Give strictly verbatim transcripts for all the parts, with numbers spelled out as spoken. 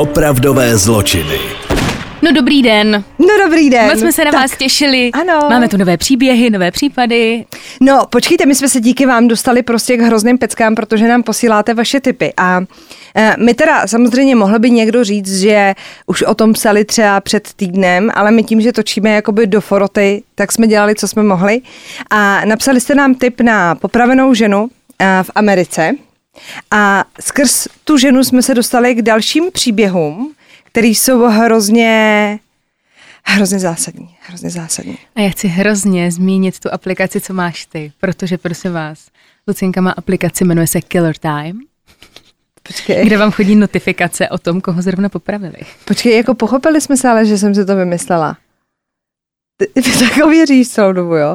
Opravdové zločiny. No dobrý den. No dobrý den. Moc jsme se na tak. vás těšili. Ano. Máme tu nové příběhy, nové případy. No počkejte, my jsme se díky vám dostali prostě k hrozným peckám, protože nám posíláte vaše tipy. A e, my teda samozřejmě mohl by někdo říct, že už o tom psali třeba před týdnem, ale my tím, že točíme jakoby do foroty, tak jsme dělali, co jsme mohli. A napsali jste nám tip na popravenou ženu e, v Americe. A skrz tu ženu jsme se dostali k dalším příběhům, které jsou hrozně, hrozně zásadní, hrozně zásadní. A já chci hrozně zmínit tu aplikaci, co máš ty, protože prosím vás, Lucinka má aplikaci, jmenuje se Killer Time, Počkej. kde vám chodí notifikace o tom, koho zrovna popravili. Počkej, jako pochopili jsme se, ale že jsem si to vymyslela. Ty, ty tak věříš celou dobu, jo?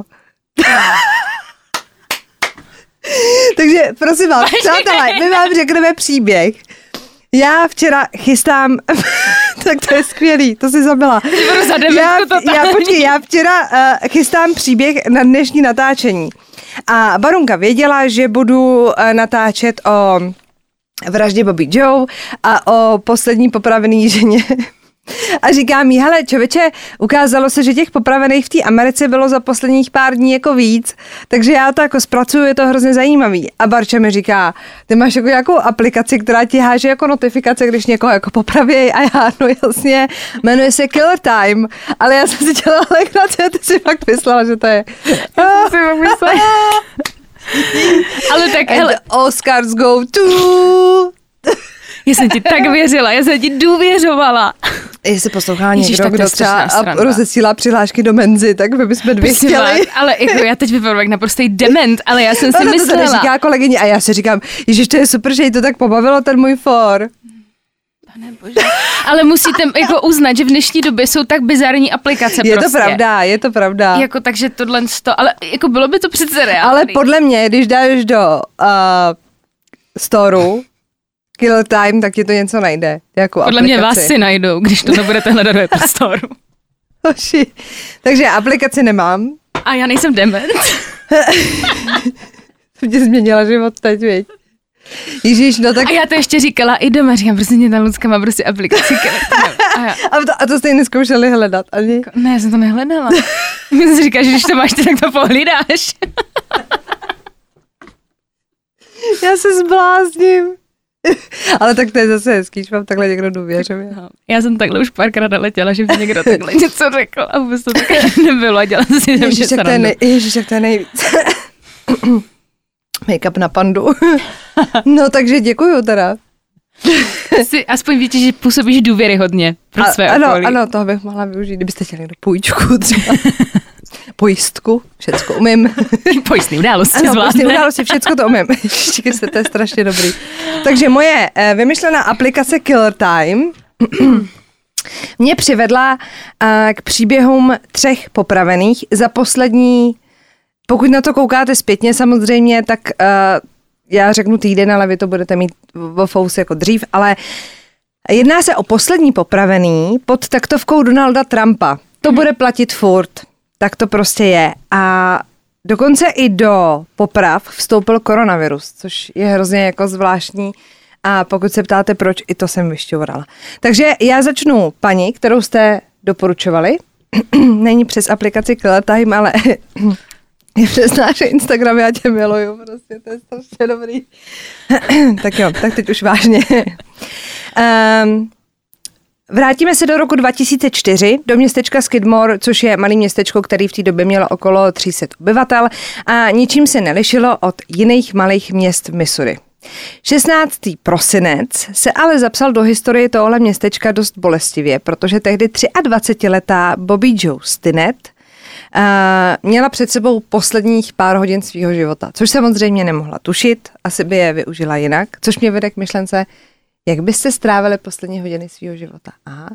Takže prosím vás, přátelé, my vám řekneme příběh. Já včera chystám, tak to je skvělý, to si zabila. Já, já, počkej, já včera uh, chystám příběh na dnešní natáčení. A Barunka věděla, že budu uh, natáčet o vraždě Bobby Joe a o poslední popravený ženě. A říkám jí, hele čověče, ukázalo se, že těch popravených v té Americe bylo za posledních pár dní jako víc, takže já to jako zpracuju, je to hrozně zajímavý. A Barča mi říká, ty máš jako nějakou aplikaci, která ti háže jako notifikace, když někoho jako popravěj, a já, no jasně, jmenuje se Killer Time, ale já jsem si dělala legraci a ty si fakt myslela, že to je. Já jsem si myslela. Ale tak, hele. Oscars go to... Já jsem ti tak věřila, já jsem ti důvěřovala. Jestli poslouchá někdo, Ježiš, kdo třeba rozesílá přihlášky do Menzy, tak by bychom dvě Prosím chtěli. vás, ale jako já teď vypadám jak naprostý dement, ale já jsem si no, myslela. To říká kolegyně a já si říkám, ježiš, to je super, že jí to tak pobavilo, ten můj for. Pane bože. Ale musíte jako uznat, že v dnešní době jsou tak bizarní aplikace Je prostě. to pravda, je to pravda. Jako takže tohle sto, ale jako bylo by to přece reálný. Ale podle mě, když dáš do uh, storu Killer Time, tak ti to něco najde. Jako podle aplikaci. mě vás si najdou, když to nebudete hledat do Apple Store. Takže aplikaci nemám. A já nejsem dement. Mě změnila život teď, viď? Ježíš, no tak... A já to ještě říkala i doma, říkám, prostě mě ta Lucka má prostě aplikaci. A, já... a, to, a to jste ji neskoušeli hledat, ani? Ne, já jsem to nehledala. Mě si říká, že když to máš, tak to pohlídáš. Já se zblázním. Ale tak to je zase hezký, že vám takhle někdo důvěřuje. No, já jsem takhle už párkrát naletěla, že mi někdo takhle něco řekl a vůbec to tak nebylo a dělala si ze mě srandu. Ježiš, jak to je nejvíc. Make-up na pandu. No takže děkuju teda. Si aspoň víte, že působíš důvěryhodně pro své ano, okolí. Ano, toho bych mohla využít, kdybyste chtěli někdo půjčku třeba. Pojistku, všecko umím. Pojistný události ano, zvládne. Pojistný události, všecko to umím. Ještě to je strašně dobrý. Takže moje eh, vymyšlená aplikace Killer Time mě přivedla eh, k příběhům třech popravených za poslední, pokud na to koukáte zpětně samozřejmě, tak eh, já řeknu týden, ale vy to budete mít vo fouse jako dřív, ale jedná se o poslední popravený pod taktovkou Donalda Trumpa. To bude platit furt. Tak to prostě je. A dokonce i do poprav vstoupil koronavirus, což je hrozně jako zvláštní. A pokud se ptáte, proč, i to jsem vyšťourala. Takže já začnu paní, kterou jste doporučovali. Není přes aplikaci Killer Time, ale je přes náš Instagram, já tě miluju, prostě to je strašně dobrý. Tak jo, tak teď už vážně. Um, Vrátíme se do roku dva tisíce čtyři, do městečka Skidmore, což je malé městečko, které v té době mělo okolo tři sta obyvatel a ničím se nelišilo od jiných malých měst v Missouri. šestnáctého prosinec se ale zapsal do historie tohle městečka dost bolestivě, protože tehdy dvacetiletá Bobby Joe Stinnett uh, měla před sebou posledních pár hodin svého života, což samozřejmě nemohla tušit, asi by je využila jinak, což mě vede k myšlence, jak byste strávili poslední hodiny svého života? Aha.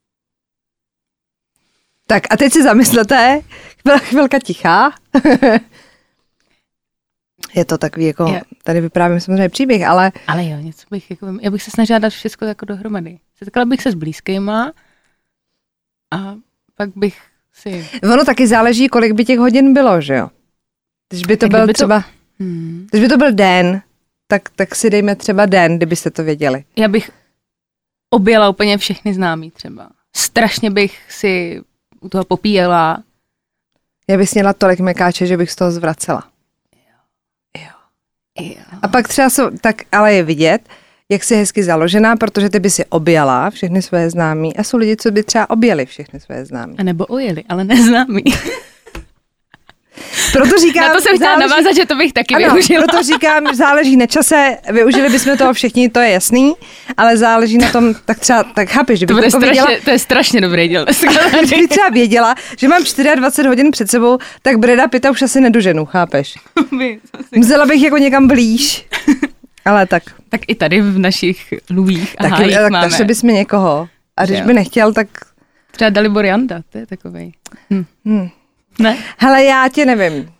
Tak a teď si zamyslete, byla chvilka tichá. Je to takový jako, je. Tady vyprávím samozřejmě příběh, ale... Ale jo, něco bych, jako, já bych se snažila dát všechno jako dohromady. Setkala bych se s blízkýma a pak bych si... Ono taky záleží, kolik by těch hodin bylo, že jo? Když by to tak byl by třeba... To... Hmm. Když by to byl den, tak, tak si dejme třeba den, kdybyste to věděli. Já bych objela úplně všechny známý třeba. Strašně bych si u toho popíjela. Já bych sněla tolik mekáče, že bych z toho zvracela. Jo. Jo. Jo. A pak třeba jsou, tak ale je vidět, jak jsi hezky založená, protože ty by si objela všechny své známí a jsou lidi, co by třeba objeli všechny své známí. A nebo ojeli, ale neznámý. Proto říkám, na to jsem chtěla záleží... navázat, že to bych taky ano, využila. Proto říkám, záleží na čase, využili bychom toho všichni, to je jasný, ale záleží na tom, tak třeba, tak chápeš, že bych to, jako strašně, věděla, to je strašně dobrý děl. kdyby třeba věděla, že mám dvacet čtyři hodin před sebou, tak Breda Pitta už asi nedoženu, chápeš? Musela bych jako někam blíž, ale tak. Tak i tady v našich lůvích a Taky, hájích tak, máme. Takže bys mi někoho. A když jo. by nechtěl, tak... Třeba Dalibor Janda, to je takovej. Hm. Hmm. Ne? Hele, já tě nevím.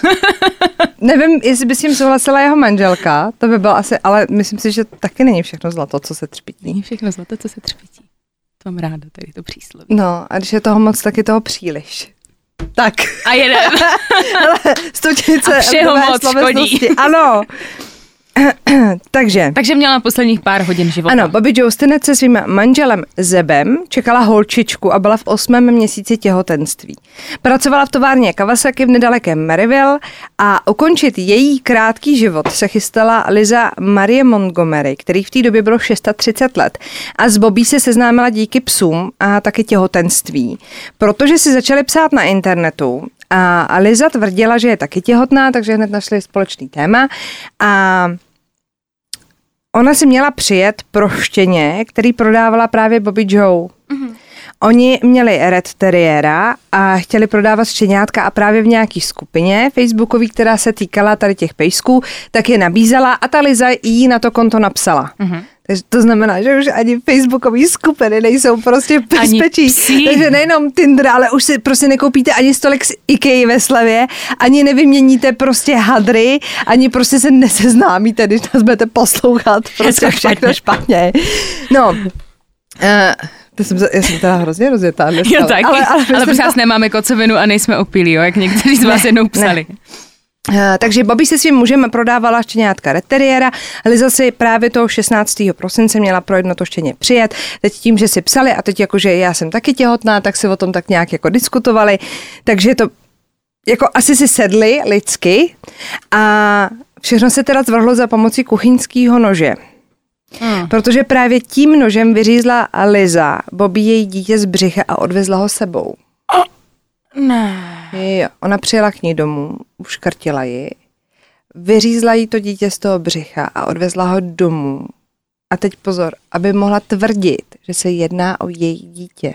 Nevím, jestli by s tím souhlasila jeho manželka, to by bylo asi, ale myslím si, že taky není všechno zlato, co se třpítí. Není všechno zlato, co se třpítí. To mám ráda, tady to přísloví. No, a když je toho moc, tak je toho příliš. Tak. A jedem. Ale stupnice a všeho moc škodí. Ano. Takže. Takže měla posledních pár hodin života. Ano, Bobby Joe Stinnett se svým manželem Zebem čekala holčičku a byla v osmém měsíci těhotenství. Pracovala v továrně Kawasaki v nedalekém Maryville a ukončit její krátký život se chystala Liza Marie Montgomery, který v té době bylo třicet šest let. A s Bobby se seznámila díky psům a taky těhotenství, protože si začali psát na internetu. A Liza tvrdila, že je taky těhotná, takže hned našli společný téma. A ona si měla přijet pro štěně, který prodávala právě Bobby Joe. Mm-hmm. Oni měli Red Terriera a chtěli prodávat štěňátka a právě v nějaký skupině facebookový, která se týkala tady těch pejsků, tak je nabízela a ta Liza jí na to konto napsala. Mm-hmm. Takže to znamená, že už ani facebookové skupiny nejsou prostě bezpečí. Takže nejenom Tinder, ale už si prostě nekoupíte ani stolek z IKEA ve slevě, ani nevyměníte prostě hadry, ani prostě se neseznámíte, když nás budete poslouchat. Prostě všechno špatně. No, uh, to jsem, já jsem teda hrozně rozjetá dneska. Jo, taky, ale, ale, ale protože nás to... nemáme kocovinu a nejsme opilí, jo, jak někteří z vás ne, jednou psali. Ne. Uh, takže Bobby se svým mužem prodávala štěňátka Red Terriera. Liza si právě toho šestnáctého prosince měla pro jedno to štěně přijet. Teď tím, že si psali a teď jakože já jsem taky těhotná, tak si o tom tak nějak jako diskutovali. Takže to jako asi si sedli lidsky a všechno se teda zvrhlo za pomocí kuchyňského nože. Hmm. Protože právě tím nožem vyřízla Liza Bobby její dítě z břicha a odvezla ho sebou. Ne. Jo, ona přijela k ní domů, uškrtila ji, vyřízla jí to dítě z toho břicha a odvezla ho domů. A teď pozor, aby mohla tvrdit, že se jedná o její dítě.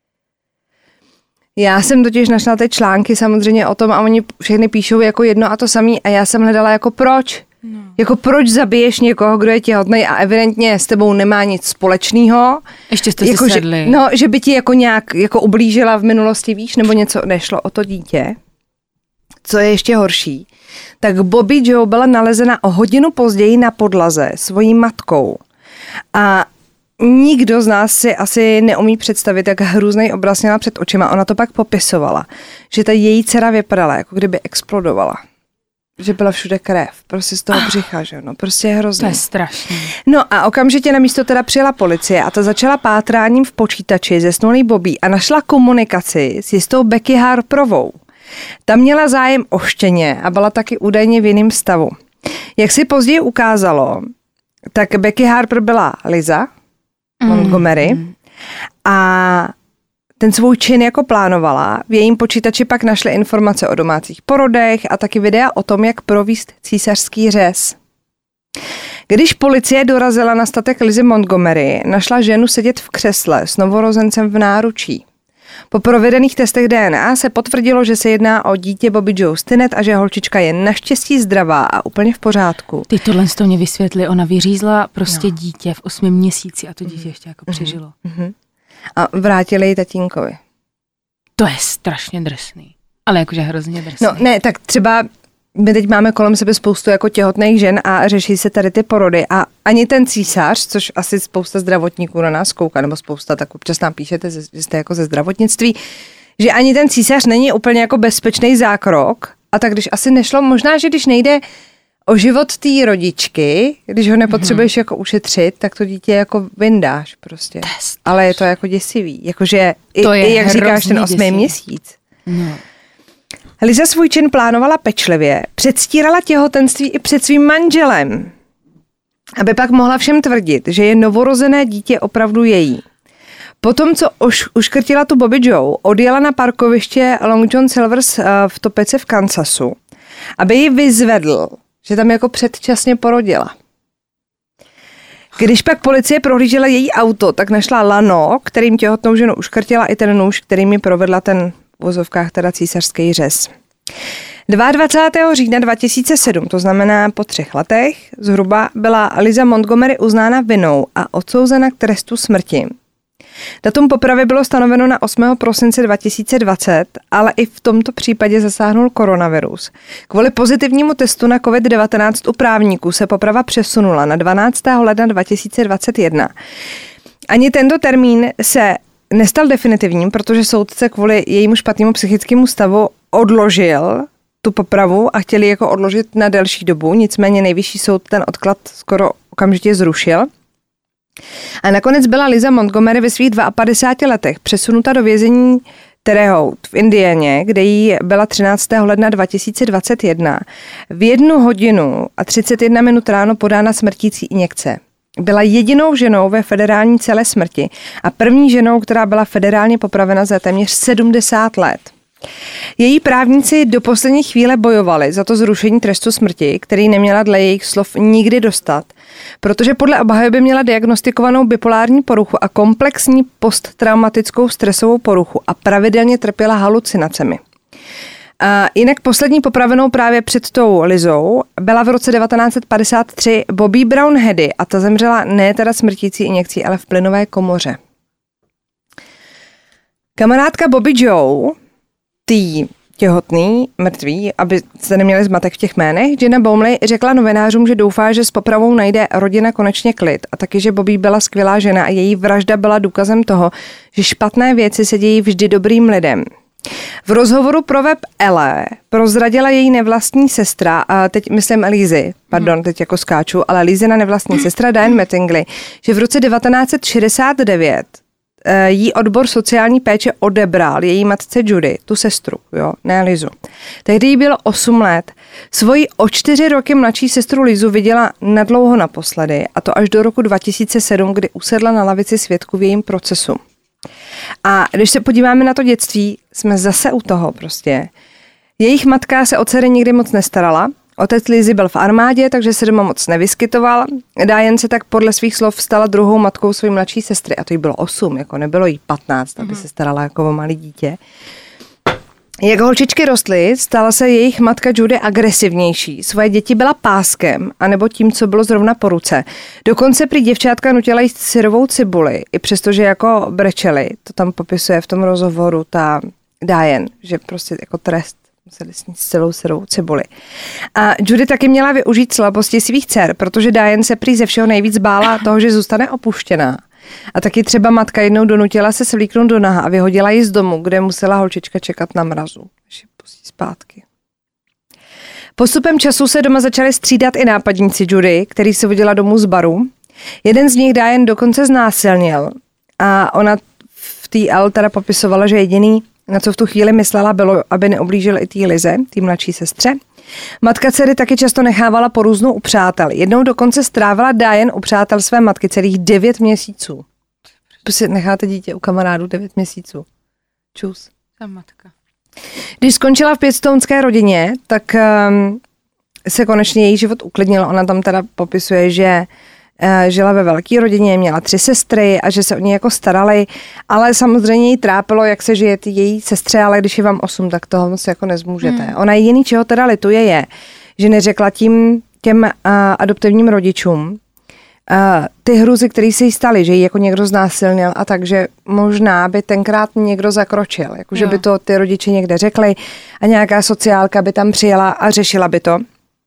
Já jsem totiž našla ty články samozřejmě o tom a oni všechny píšou jako jedno a to samé a já jsem hledala jako proč. No. Jako proč zabiješ někoho, kdo je těhotný a evidentně s tebou nemá nic společného. Ještě jste jako, si sedli. Že, no, že by ti jako nějak jako ublížila v minulosti, víš, nebo něco, nešlo o to dítě. Co je ještě horší, tak Bobby Joe byla nalezena o hodinu později na podlaze svojí matkou. A nikdo z nás si asi neumí představit, jak hrůzný obraz měla před očima. Ona to pak popisovala, že ta její dcera vypadala, jako kdyby explodovala. Že byla všude krev, prostě z toho břicha, že no, prostě je hrozný. To je strašný. No a okamžitě na místo teda přijela policie a ta začala pátráním v počítači zesnulý Bobby a našla komunikaci s jistou Becky Harperovou. Ta měla zájem o štěně a byla taky údajně v jiném stavu. Jak si později ukázalo, tak Becky Harper byla Liza mm. Montgomery a ten svůj čin jako plánovala. V jejím počítači pak našli informace o domácích porodech a taky videa o tom, jak provést císařský řez. Když policie dorazila na statek Lizy Montgomery, našla ženu sedět v křesle s novorozencem v náručí. Po provedených testech D N A se potvrdilo, že se jedná o dítě Bobby Joe Stinnett a že holčička je naštěstí zdravá a úplně v pořádku. Ty tohle to mě vysvětli, ona vyřízla prostě no. dítě v osmi měsíci a to dítě ještě jako mm-hmm. přežilo. Mm-hmm. A vrátili ji tatínkovi. To je strašně drsný. Ale jakože hrozně drsný. No ne, tak třeba my teď máme kolem sebe spoustu jako těhotných žen a řeší se tady ty porody a ani ten císař, což asi spousta zdravotníků na nás kouká, nebo spousta, tak občas nám píšete, že jste jako ze zdravotnictví, že ani ten císař není úplně jako bezpečný zákrok a tak když asi nešlo, možná, že když nejde o život té rodičky, když ho nepotřebuješ mm-hmm. jako ušetřit, tak to dítě jako vyndáš prostě. Test. Ale je to jako děsivý. Jakože, to i, je i jak říkáš, ten osmý děsivý. měsíc. No. Liza svůj čin plánovala pečlivě, předstírala těhotenství i před svým manželem, aby pak mohla všem tvrdit, že je novorozené dítě opravdu její. Potom, co už, uškrtila tu Bobby Joe, odjela na parkoviště Long John Silvers uh, v Topece v Kansasu, aby ji vyzvedl, že tam jako předčasně porodila. Když pak policie prohlížela její auto, tak našla lano, kterým těhotnou ženu uškrtila, i ten nůž, kterým ji provedla ten v vozovkách teda císařský řez. dvacátého druhého října dva tisíce sedm, to znamená po třech letech, zhruba byla Liza Montgomery uznána vinou a odsouzena k trestu smrti. Datum popravy bylo stanoveno na osmého prosince dva tisíce dvacet, ale i v tomto případě zasáhnul koronavirus. Kvůli pozitivnímu testu na covid devatenáct u právníků se poprava přesunula na dvanáctého ledna dva tisíce dvacet jedna. Ani tento termín se nestal definitivním, protože soudce kvůli jejímu špatnému psychickému stavu odložil tu popravu a chtěli jako odložit na delší dobu, nicméně nejvyšší soud ten odklad skoro okamžitě zrušil. A nakonec byla Liza Montgomery ve svých padesátých dvou letech přesunuta do vězení Terre Haute v Indianě, kde jí byla třináctého ledna dva tisíce dvacet jedna. V jednu hodinu a třicet jedna minut ráno podána smrtící injekce. Byla jedinou ženou ve federální celé smrti a první ženou, která byla federálně popravena za téměř sedmdesát let. Její právníci do poslední chvíle bojovali za to zrušení trestu smrti, který neměla dle jejich slov nikdy dostat, protože podle obhajoby měla diagnostikovanou bipolární poruchu a komplexní posttraumatickou stresovou poruchu a pravidelně trpěla halucinacemi. A jinak poslední popravenou právě před tou Lizou byla v roce devatenáct set padesát tři Bobby Brown Hedy a ta zemřela ne teda smrtící injekcí, ale v plynové komoře. Kamarádka Bobby Joe, tý těhotný, mrtvý, aby se neměli zmatek v těch jménech, Jenna Baumley řekla novinářům, že doufá, že s popravou najde rodina konečně klid a taky, že Bobby byla skvělá žena a její vražda byla důkazem toho, že špatné věci se dějí vždy dobrým lidem. V rozhovoru pro web Elle prozradila její nevlastní sestra, a teď myslím Lizy, pardon, teď jako skáču, ale Lizina nevlastní sestra Diane Mattingly, že v roce devatenáct set šedesát devět jí odbor sociální péče odebral její matce Judy, tu sestru, jo, ne Lizu. Tehdy jí bylo osm let. Svoji o čtyři roky mladší sestru Lizu viděla nadlouho naposledy, a to až do roku dva tisíce sedm, kdy usedla na lavici svědků v jejím procesu. A když se podíváme na to dětství, jsme zase u toho prostě. Jejich matka se o dcery nikdy moc nestarala. Otec Lizy byl v armádě, takže se doma moc nevyskytoval. Diane se tak podle svých slov stala druhou matkou své mladší sestry. A to jí bylo osm, jako nebylo jí patnáct, aby se starala jako o malé dítě. Jak holčičky rostly, stala se jejich matka Judy agresivnější. Svoje děti byla páskem, anebo tím, co bylo zrovna po ruce. Dokonce prý děvčátka nutila jíst syrovou cibuli, i přestože jako brečeli. To tam popisuje v tom rozhovoru ta Diane, že prostě jako trest museli sníst celou syrovou cibuli. A Judy taky měla využít slabosti svých dcer, protože Diane se prý ze všeho nejvíc bála toho, že zůstane opuštěná. A taky třeba matka jednou donutila se svlíknout do naha a vyhodila ji z domu, kde musela holčička čekat na mrazu, než ji pustí zpátky. Postupem času se doma začaly střídat i nápadníci Judy, který se vodila domů z baru. Jeden z nich Diane dokonce znásilnil a ona v té L teda popisovala, že jediný, na co v tu chvíli myslela, bylo, aby neublížil i té Lize, té mladší sestře. Matka dcery taky často nechávala po různou u přátel. Jednou dokonce strávila Diane u přátel své matky celých devět měsíců. Prostě necháte dítě u kamarádu devět měsíců. Čus. Ta matka. Když skončila v pěstounské rodině, tak um, se konečně její život uklidnil. Ona tam teda popisuje, že uh, žila ve velké rodině, měla tři sestry a že se o ní jako starali, ale samozřejmě jí trápilo, jak se žije ty její sestře, ale když je vám osm, tak toho moc jako nezmůžete. Hmm. Ona jediný, čeho teda lituje, je, že neřekla tím těm uh, adoptivním rodičům uh, ty hruzy, které se jí staly, že jí jako někdo znásilnil a takže možná by tenkrát někdo zakročil, jako že by to ty rodiče někde řekli a nějaká sociálka by tam přijela a řešila by to.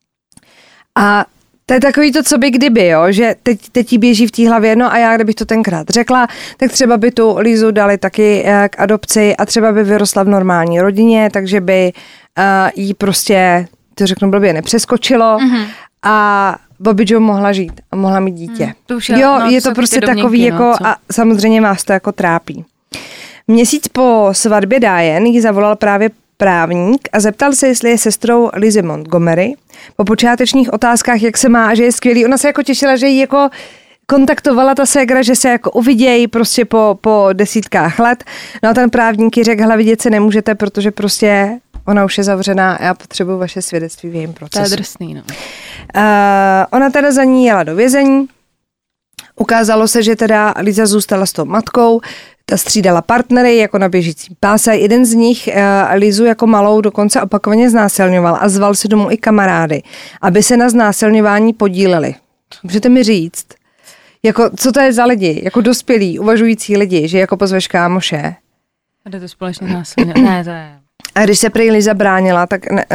A to je takový to, co by kdyby, jo? Že teď, teď jí běží v té hlavě, no a já kdybych to tenkrát řekla, tak třeba by tu Lizu dali taky k adopci a třeba by vyrostla v normální rodině, takže by uh, jí prostě to řeknu blbě, nepřeskočilo mm-hmm. a Bobby Jo mohla žít a mohla mít dítě. Mm, to už je, jo, no, je to prostě takový no, jako co? A samozřejmě vás to jako trápí. Měsíc po svatbě Diane ji zavolal právě právník a zeptal se, jestli je sestrou Lizzie Montgomery. Po počátečních otázkách, jak se má a že je skvělý. Ona se jako těšila, že ji jako kontaktovala ta ségra, že se jako uvidějí prostě po, po desítkách let. No a ten právník ji řekl, hele, vidět se nemůžete, protože prostě ona už je zavřená a já potřebuji vaše svědectví v jejím procesu. To je drsný, no. Uh, ona teda za ní jela do vězení. Ukázalo se, že teda Liza zůstala s tou matkou, ta střídala partnery jako na běžícím páse. Jeden z nich uh, Lizu jako malou dokonce opakovaně znásilňoval a zval si domů i kamarády, aby se na znásilňování podíleli. Můžete mi říct, jako, co to je za lidi, jako dospělí, uvažující lidi, že jako pozveš kámoše. A jde to společně násilně. Ne, to je... A když se prý Liza bránila, tak uh,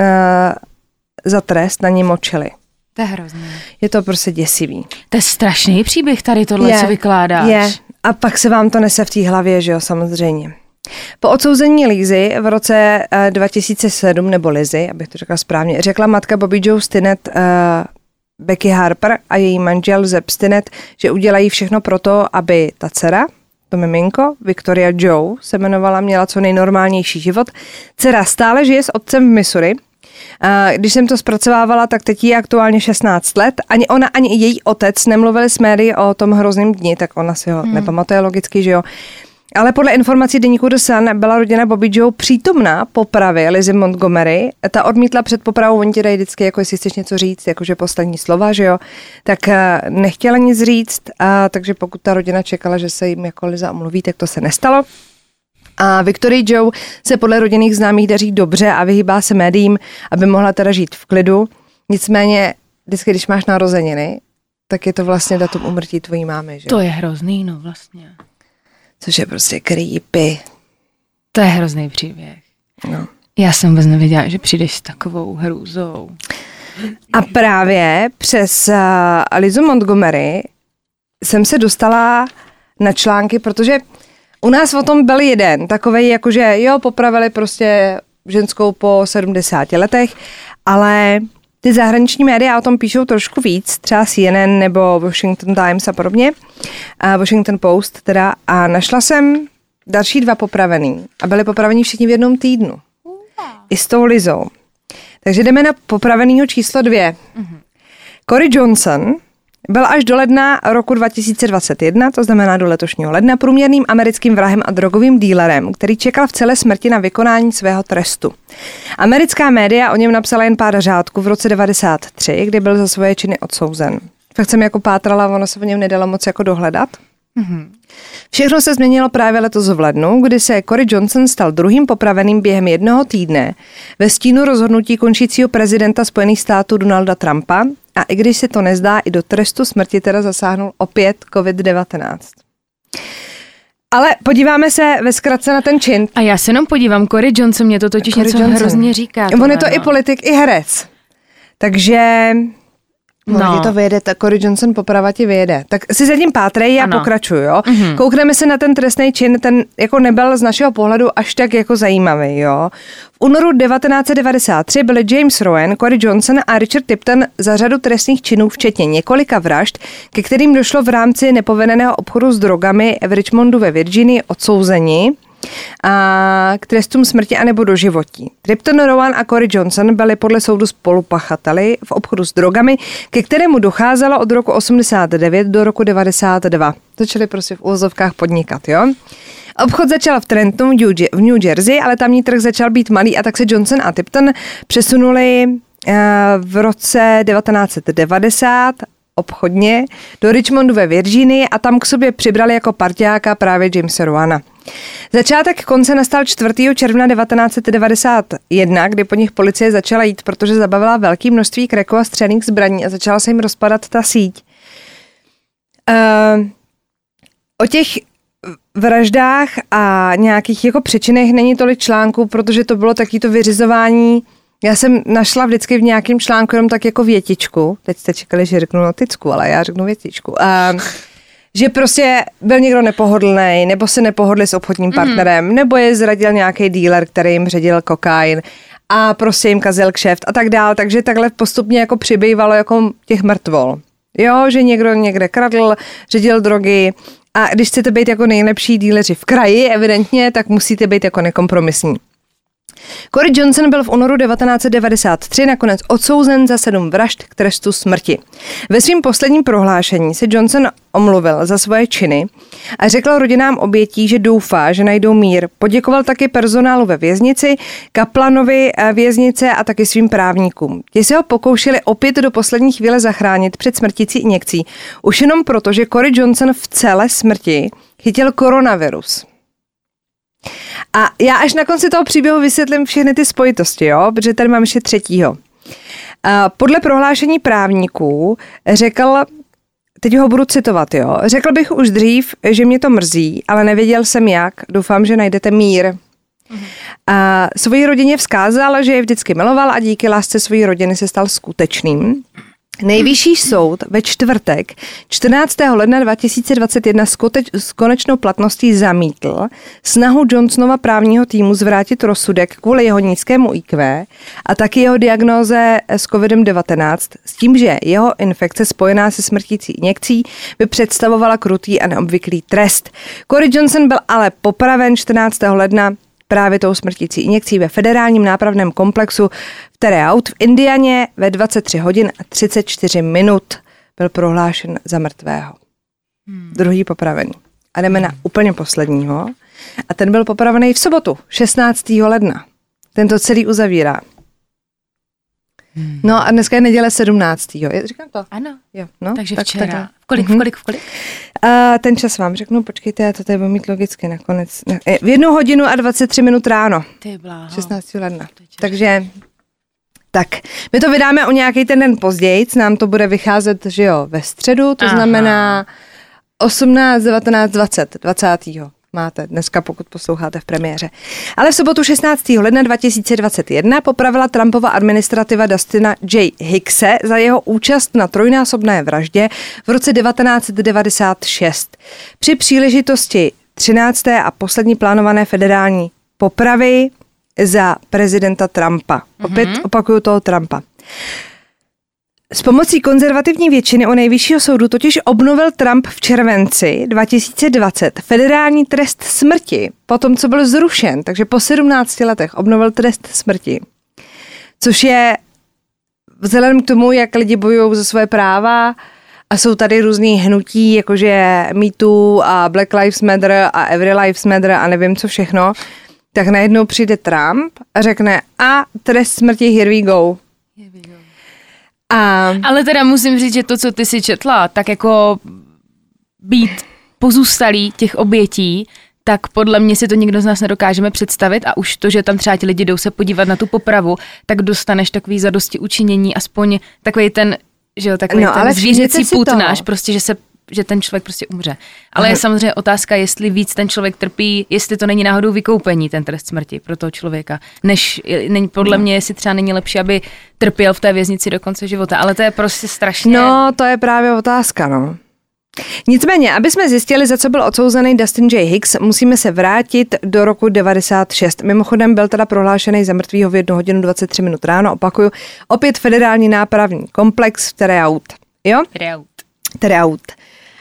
za trest na ní močili. To je hrozný. Je to prostě děsivý. To je strašný příběh tady tohle, je, co vykládáš. Je. A pak se vám to nese v té hlavě, že jo, samozřejmě. Po odsouzení Lizy v roce uh, dva tisíce sedm, nebo Lizy, abych to řekla správně, řekla matka Bobby Jo Stinnett uh, Becky Harper a její manžel Zeb Stinnett, že udělají všechno pro to, aby ta dcera, to miminko, Victoria Jo se jmenovala, měla co nejnormálnější život. Dcera stále žije s otcem v Missouri. Když jsem to zpracovávala, tak teď je aktuálně šestnáct let. Ani ona, ani její otec nemluvili s médií o tom hrozném dni, tak ona si ho hmm. nepamatuje logicky, že jo. Ale podle informací deníku The Sun byla rodina Bobby Jo přítomná popravě Lizzie Montgomery. Ta odmítla před popravou, oni ti dají vždycky, jako jestli chceš něco říct, jakože poslední slova, že jo. Tak nechtěla nic říct, a takže pokud ta rodina čekala, že se jim jako Liza omluví, tak to se nestalo. A Victorii Jo se podle rodinných známých daří dobře a vyhýbá se médiím, aby mohla teda žít v klidu. Nicméně, vždycky, když máš narozeniny, tak je to vlastně datum umrtí tvojí mámy, že? To je hrozný, no vlastně. Což je prostě creepy. To je hrozný příběh. No. Já jsem vůbec nevěděla, že přijdeš s takovou hrůzou. A právě přes uh, Lizu Montgomery jsem se dostala na články, protože u nás o tom byl jeden, takovej jakože jo, popravili prostě ženskou po sedmdesáti letech, ale ty zahraniční média o tom píšou trošku víc, třeba C N N nebo Washington Times a podobně, a Washington Post teda, a našla jsem další dva popravený a byli popravení všichni v jednom týdnu. I s tou Lizou. Takže jdeme na popravenýho číslo dvě. Mm-hmm. Cory Johnson byl až do ledna roku dva tisíce dvacet jedna, to znamená do letošního ledna, průměrným americkým vrahem a drogovým dílerem, který čekal v celé smrti na vykonání svého trestu. Americká média o něm napsala jen pár řádků v roce devadesát tři, kdy byl za svoje činy odsouzen. Fakt jsem jako pátrala, ono se o něm nedalo moc jako dohledat. Mm-hmm. Všechno se změnilo právě letos v lednu, kdy se Cory Johnson stal druhým popraveným během jednoho týdne ve stínu rozhodnutí končícího prezidenta Spojených států Donalda Trumpa, a i když se to nezdá, i do trestu smrti teda zasáhnul opět covid devatenáct. Ale podíváme se ve zkratce na ten čin. A já se jenom podívám, Cory Johnson mě to totiž Cory něco Johnson. hrozně říká. On je to no. i politik, i herec. Takže... No. Když to vyjede, tak Cory Johnson poprava ti vyjede. Tak si zatím pátrej, já ano. pokračuju, jo. Mm-hmm. Koukneme se na ten trestný čin, ten jako nebyl z našeho pohledu až tak jako zajímavý, jo. V únoru devatenáct set devadesát tři byli James Rowan, Cory Johnson a Richard Tipton za řadu trestných činů, včetně několika vražd, ke kterým došlo v rámci nepovedeného obchodu s drogami v Richmondu ve Virginii, odsouzeni a k trestům smrti anebo doživotí. Tipton, Rowan a Cory Johnson byli podle soudu spolupachateli v obchodu s drogami, ke kterému docházelo od roku osmdesát devět do roku devadesát dva. Začali prostě v úvozovkách podnikat, jo? Obchod začal v Trentonu v New Jersey, ale tamní trh začal být malý a tak se Johnson a Tipton přesunuli v roce devatenáct set devadesát obchodně do Richmondu ve Virginii a tam k sobě přibrali jako parťáka právě Jamesa Rowana. Začátek konce nastal čtvrtého června devatenáct set devadesát jedna, kdy po nich policie začala jít, protože zabavila velké množství kreku a střelných zbraní a začala se jim rozpadat ta síť. Uh, o těch vraždách a nějakých jako přečinech není tolik článků, protože to bylo taky to vyřizování. Já jsem našla vždycky v nějakém článku jenom tak jako větičku. Teď jste čekali, že řeknu noticku, ale já řeknu větičku. Uh, že prostě byl někdo nepohodlný, nebo se nepohodli s obchodním partnerem, mm. nebo je zradil nějaký dealer, který jim ředil kokain. a prostě jim kazil kšeft a tak dál, takže takhle postupně jako přibývalo jako těch mrtvol. Jo, že někdo někde kradl, ředil drogy a když chcete být jako nejlepší díleři v kraji, evidentně, tak musíte být jako nekompromisní. Corey Johnson byl v únoru devatenáct set devadesát tři nakonec odsouzen za sedm vražd k trestu smrti. Ve svém posledním prohlášení se Johnson omluvil za svoje činy a řekl rodinám obětí, že doufá, že najdou mír. Poděkoval taky personálu ve věznici, kaplanovi věznice a taky svým právníkům. Ti se ho pokoušeli opět do poslední chvíle zachránit před smrtící injekcí, už jenom proto, že Corey Johnson v celé smrti chytil koronavirus. A já až na konci toho příběhu vysvětlím všechny ty spojitosti, jo, protože tady mám ještě třetího. A podle prohlášení právníků řekl, teď ho budu citovat, jo, řekl bych už dřív, že mě to mrzí, ale nevěděl jsem jak, doufám, že najdete mír. Mhm. A svojí rodině vzkázal, že je vždycky miloval a díky lásce své rodiny se stal skutečným. Nejvyšší soud ve čtvrtek čtrnáctého ledna dva tisíce dvacet jedna s konečnou platností zamítl snahu Johnsonova právního týmu zvrátit rozsudek kvůli jeho nízkému í kvé a taky jeho diagnóze s covid devatenáct s tím, že jeho infekce spojená se smrtící injekcí by představovala krutý a neobvyklý trest. Corey Johnson byl ale popraven čtrnáctého ledna právě tou smrtící injekcí ve federálním nápravném komplexu v Terre-Haute v Indianě ve dvacet tři hodin a třicet čtyři minut byl prohlášen za mrtvého. Hmm. Druhý popravený. A jdeme na úplně posledního. A ten byl popravený v sobotu, šestnáctého ledna. Ten to celý uzavírá. Hmm. No a dneska je neděle sedmnáctého Říkám to? Ano. Jo, no, takže tak, včera. Tak, v kolik, uh-huh. v kolik, v kolik? A ten čas vám řeknu, počkejte, já to tady budu mít logicky nakonec. V jednu hodinu a dvacet tři minut ráno. Ty bláho. šestnáctého ledna Takže, tak, my to vydáme o nějaký ten den později, nám to bude vycházet, že jo, ve středu, to Aha. znamená osmnáct, devatenáct, dvacet, dvacátého máte dneska, pokud posloucháte v premiéře. Ale v sobotu šestnáctého ledna dva tisíce dvacet jedna popravila Trumpova administrativa Dustina J. Hickse za jeho účast na trojnásobné vraždě v roce devatenáct set devadesát šest. Při příležitosti třinácté a poslední plánované federální popravy za prezidenta Trumpa. Opět mm-hmm. opakuju toho Trumpa. S pomocí konzervativní většiny u nejvyššího soudu totiž obnovil Trump v červenci dva tisíce dvacet federální trest smrti, po tom, co byl zrušen, takže po sedmnácti letech obnovil trest smrti. Což je vzhledem k tomu, jak lidi bojují za svoje práva a jsou tady různý hnutí, jakože Me Too a Black Lives Matter a Every Lives Matter a nevím co všechno, tak najednou přijde Trump a řekne a trest smrti, here we go. Here we go. A... Ale teda musím říct, že to, co ty si četla, tak jako být pozůstalý těch obětí, tak podle mě si to nikdo z nás nedokážeme představit a už to, že tam třeba ti lidi jdou se podívat na tu popravu, tak dostaneš takový zadosti učinění, aspoň takový ten, že jo, takový no, ten zvířecí putnáš, prostě, že se že ten člověk prostě umře. Ale Aha. je samozřejmě otázka, jestli víc ten člověk trpí, jestli to není náhodou vykoupení, ten trest smrti pro toho člověka, než není, podle no. mě, jestli třeba není lepší, aby trpěl v té věznici do konce života. Ale to je prostě strašně... No, to je právě otázka, no. Nicméně, aby jsme zjistili, za co byl odsouzený Dustin J. Hicks, musíme se vrátit do roku devadesát šest. Mimochodem byl teda prohlášený za mrtvýho v jednu hodinu dvacet tři minut ráno, opakuju, opět federální nápravní komplex v Terre-Haute. Jo? Terre-Haute. Terre-Haute.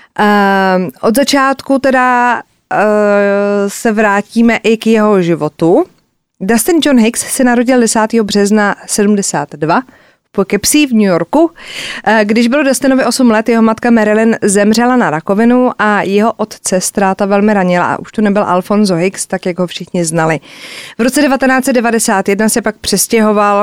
Uh, od začátku teda uh, se vrátíme i k jeho životu. Dustin John Hicks se narodil desátého března sedmdesát dva v Poughkeepsie v New Yorku. Uh, když bylo Dustinovi osm let, jeho matka Marilyn zemřela na rakovinu a jeho otce ztráta velmi ranila a už to nebyl Alfonso Hicks, tak jak ho všichni znali. V roce devatenáct set devadesát jedna se pak přestěhoval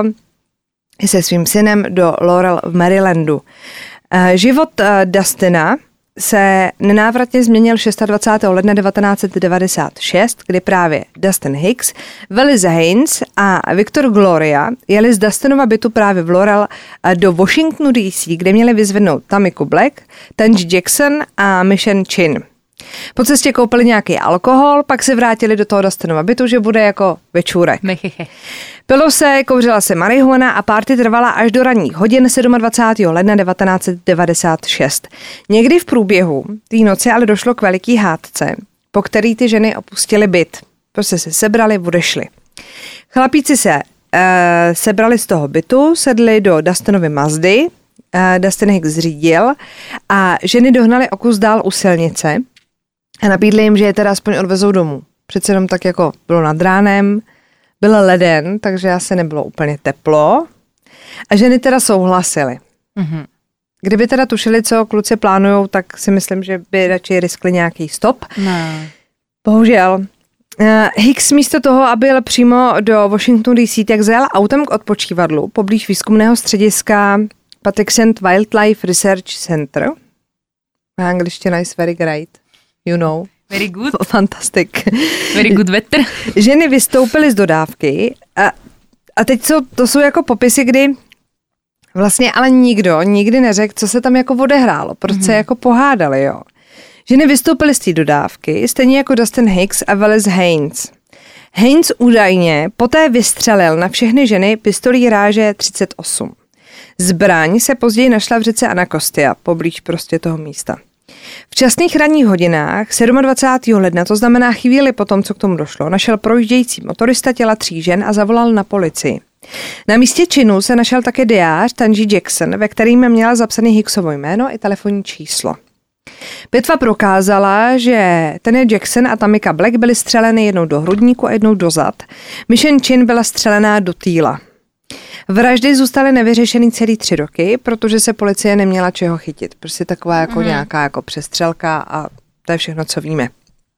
se svým synem do Laurel v Marylandu. Uh, život uh, Dustina se nenávratně změnil dvacátého šestého ledna devatenáct set devadesát šest, kdy právě Dustin Hicks, Velize Haynes a Victor Gloria jeli z Dustinova bytu právě v Laurel do Washingtonu D C, kde měli vyzvednout Tamiko Black, Tange Jackson a Michelle Chin. Po cestě koupili nějaký alkohol, pak se vrátili do toho Dustinova bytu, že bude jako večůrek. Pilo se, kouřila se marihuana a party trvala až do ranních hodin dvacátého sedmého ledna devatenáct set devadesát šest. Někdy v průběhu té noci ale došlo k veliký hádce, po který ty ženy opustily byt. Prostě se sebrali, odešli. Chlapíci se e, sebrali z toho bytu, sedli do Dustinovy Mazdy, e, Dustin Hicks řídil a ženy dohnali o kus dál u silnice a nabídli jim, že je teda aspoň odvezou domů. Přece jenom tak jako bylo nad ránem, byl leden, takže asi nebylo úplně teplo a ženy teda souhlasily. Mm-hmm. Kdyby teda tušili, co kluci plánujou, tak si myslím, že by radši riskli nějaký stop. Ne. Bohužel. Hicks místo toho, aby jel přímo do Washingtonu D C, tak zajel autem k odpočívadlu poblíž výzkumného střediska Patuxent Wildlife Research Center. Má angličtina is very great, you know. Very good. Fantastic. Very good weather. Ženy vystoupily z dodávky a, a teď jsou, to jsou jako popisy, kdy vlastně ale nikdo nikdy neřekl, co se tam jako odehrálo, proč mm-hmm. se jako pohádali, jo. Ženy vystoupily z té dodávky, stejně jako Dustin Hicks a Wallace Haynes. Haynes údajně poté vystřelil na všechny ženy pistolí ráže třicet osm. Zbraň se později našla v řece Anacostia, poblíž prostě toho místa. V časných ranních hodinách dvacátého sedmého ledna, to znamená chvíli po tom, co k tomu došlo, našel projíždějící motorista těla tří žen a zavolal na policii. Na místě činu se našel také diář Tanji Jackson, ve kterým měla zapsaný Hicksovo jméno i telefonní číslo. Pitva prokázala, že Tanya Jackson a Tamika Black byly střeleny jednou do hrudníku a jednou do zad. Michelle Chin byla střelená do týla. Vraždy zůstaly nevyřešený celý tři roky, protože se policie neměla čeho chytit. Prostě taková jako mm. nějaká jako přestřelka a to je všechno, co víme.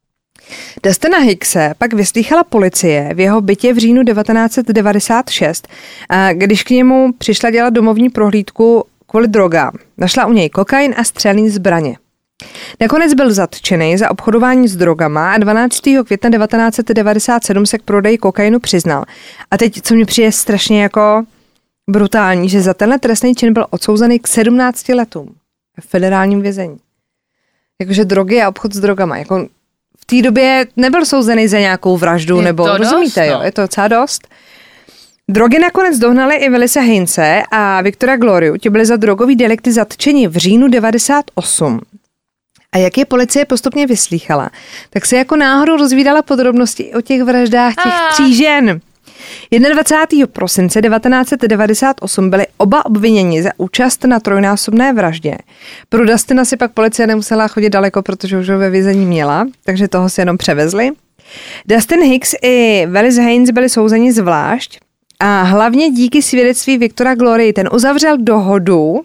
Dustina Hickse pak vyslýchala policie v jeho bytě v říjnu devatenáct set devadesát šest, když k němu přišla dělat domovní prohlídku kvůli drogám. Našla u něj kokain a střelné zbraně. Nakonec byl zatčený za obchodování s drogama a dvanáctého května devatenáct set devadesát sedm se k prodeji kokainu přiznal. A teď, co mi přijde strašně jako brutální, že za tenhle trestný čin byl odsouzený k sedmnácti letům v federálním vězení. Jakože drogy a obchod s drogama. Jako v té době nebyl souzený za nějakou vraždu, je nebo rozumíte, dost, no. Jo, je to docela dost. Drogy nakonec dohnaly i Willise Hainese a Victora Gloriu. Ti byli za drogový delikty zatčeni v říjnu devadesát osm. A jak je policie postupně vyslýchala, tak se jako náhodou rozvídala podrobnosti o těch vraždách těch ah. tří žen. dvacátého prvního prosince devatenáct set devadesát osm byli oba obviněni za účast na trojnásobné vraždě. Pro Dustina si pak policie nemusela chodit daleko, protože už ho ve vězení měla, takže toho si jenom převezli. Dustin Hicks i Wallace Haynes byli souzeni zvlášť a hlavně díky svědectví Victora Glory ten uzavřel dohodu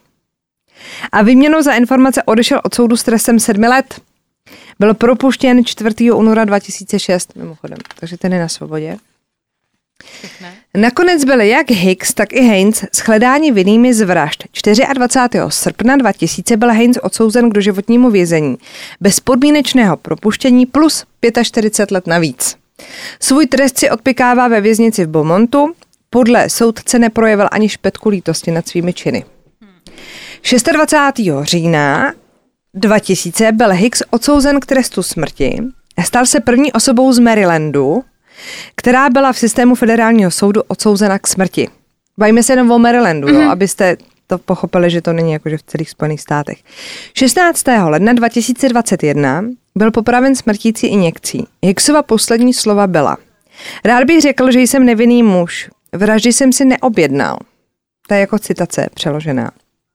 a výměnou za informace odešel od soudu s trestem sedmi let. Byl propuštěn čtvrtého února dva tisíce šest mimochodem, takže ten je na svobodě. Pěkné. Nakonec byli jak Hicks, tak i Haynes shledáni vinnými z vražd. dvacátého čtvrtého srpna dva tisíce byl Haynes odsouzen k doživotnímu vězení bez podmínečného propuštění plus čtyřicet pět let navíc. Svůj trest si odpykává ve věznici v Beaumontu. Podle soudce neprojevil ani špetku lítosti nad svými činy. dvacátého šestého října dva tisíce byl Hicks odsouzen k trestu smrti. Stal se první osobou z Marylandu, která byla v systému federálního soudu odsouzena k smrti. Bavíme se jenom o Marylandu, mm-hmm. jo, abyste to pochopili, že to není jakože v celých Spojených státech. šestnáctého ledna dva tisíce dvacet jedna byl popraven smrtící injekcí. Hicksova poslední slova byla: rád bych řekl, že jsem nevinný muž. Vraždy jsem si neobjednal. To je jako citace přeložená.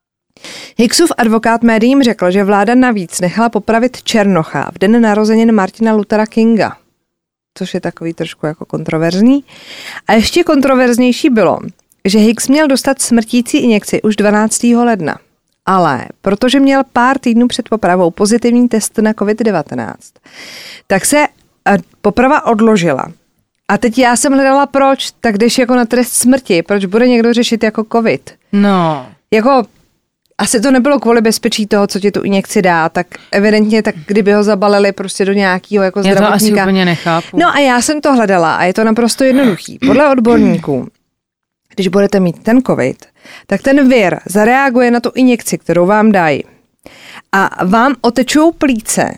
Hicksův advokát médiím řekl, že vláda navíc nechala popravit Černocha v den narozenin Martina Luthera Kinga, což je takový trošku jako kontroverzní. A ještě kontroverznější bylo, že Hicks měl dostat smrtící injekci už dvanáctého ledna. Ale protože měl pár týdnů před popravou pozitivní test na covid devatenáct, tak se poprava odložila. A teď já jsem hledala proč, tak jdeš jako na trest smrti, proč bude někdo řešit jako covid? No. Jako asi to nebylo kvůli bezpečí toho, co ti tu injekci dá, tak evidentně, tak kdyby ho zabalili prostě do nějakého jako zdravotníka. Já to asi úplně nechápu. No a já jsem to hledala a je to naprosto jednoduchý. Podle odborníků, když budete mít ten covid, tak ten vir zareaguje na tu injekci, kterou vám dají. A vám otečou plíce.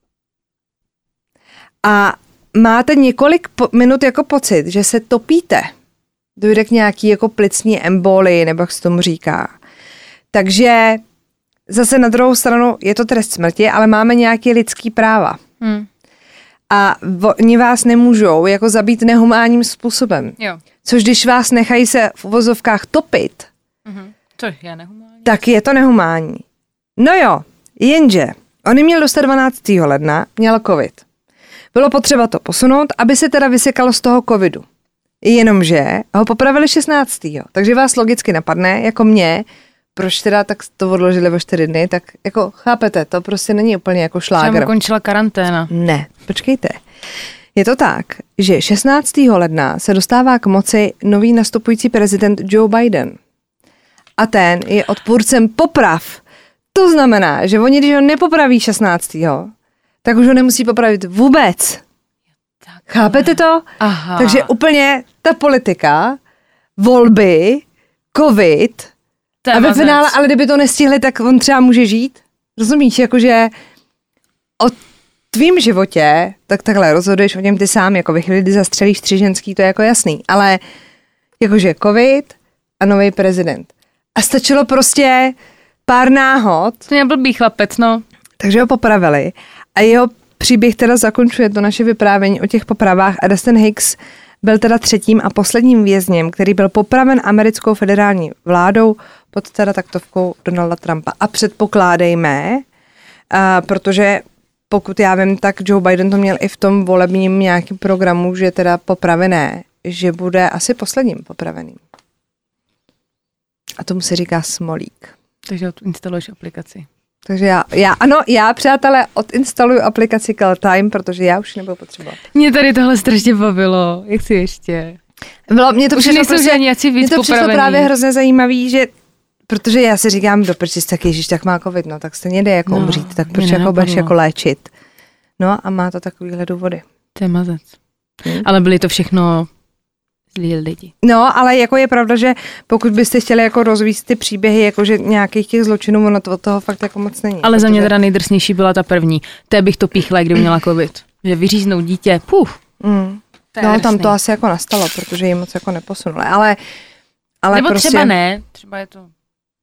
A máte několik po- minut jako pocit, že se topíte. Dojde k nějaký jako plicní embolii, nebo jak se tomu říká. Takže zase na druhou stranu je to trest smrti, ale máme nějaké lidský práva. Hmm. A oni vás nemůžou jako zabít nehumánním způsobem. Jo. což když vás nechají se v uvozovkách topit, Mm-hmm. To je nehumánní. Tak je to nehumánní. No jo, jenže on měl dostat dvanáctého ledna, měl covid. Bylo potřeba to posunout, aby se teda vysekalo z toho covidu. Jenomže ho popravili šestnáctého Takže vás logicky napadne, jako mě, proč teda tak to odložili o čtyři dny, tak jako chápete, to prostě není úplně jako šlágr. Třeba končila karanténa. Ne, počkejte. Je to tak, že šestnáctého ledna se dostává k moci nový nastupující prezident Joe Biden. A ten je odpůrcem poprav. To znamená, že oni, když ho nepopraví šestnáctého tak už ho nemusí popravit vůbec. Tak. Chápete to? Aha. Takže úplně ta politika, volby, covid a ve finále, ale kdyby to nestihli, tak on třeba může žít. Rozumíš, jakože o tvým životě, tak takhle rozhoduješ o něm ty sám, jako ve chvíli, kdy zastřelíš tři ženský, to je jako jasný. Ale jakože covid a nový prezident. A stačilo prostě pár náhod. To je blbý chlapec, no. Takže ho popravili. A jeho příběh teda zakončuje to naše vyprávění o těch popravách. A Dustin Hicks byl teda třetím a posledním vězněm, který byl popraven americkou federální vládou pod teda taktovkou Donalda Trumpa. A předpokládejme, a protože pokud já vím, tak Joe Biden to měl i v tom volebním nějakém programu, že teda popravené, že bude asi posledním popraveným. A tomu se říká smolík. Takže instaluješ aplikaci. Takže já, já, ano, já, přátelé, odinstaluju aplikaci Kill Time, protože já už nebudu potřebovat. Mě tady tohle strašně bavilo. Jak si ještě? Bylo, mě to už přišlo, prostě, mě to přišlo právě hrozně zajímavý, že protože já si říkám, do prčic, tak ježiš, tak má covid, no, tak stejně jde jako no, umřít, tak proč jako budeš jako léčit. No a má to takovýhle důvody. To je mazec. Hmm. Ale byly to všechno zlí lidi. No, ale jako je pravda, že pokud byste chtěli jako rozvíjet ty příběhy, jakože nějakých těch zločinů, ono to od toho fakt jako moc není. Ale za mě teda nejdrsnější byla ta první. Té bych to píchla, kdyby měla covid. Že vyříznout dítě, puf. Mm. No, drsný. Tam to asi jako nastalo, protože jim moc jako neposunuli, ale, ale nebo prostě... třeba ne, třeba je to...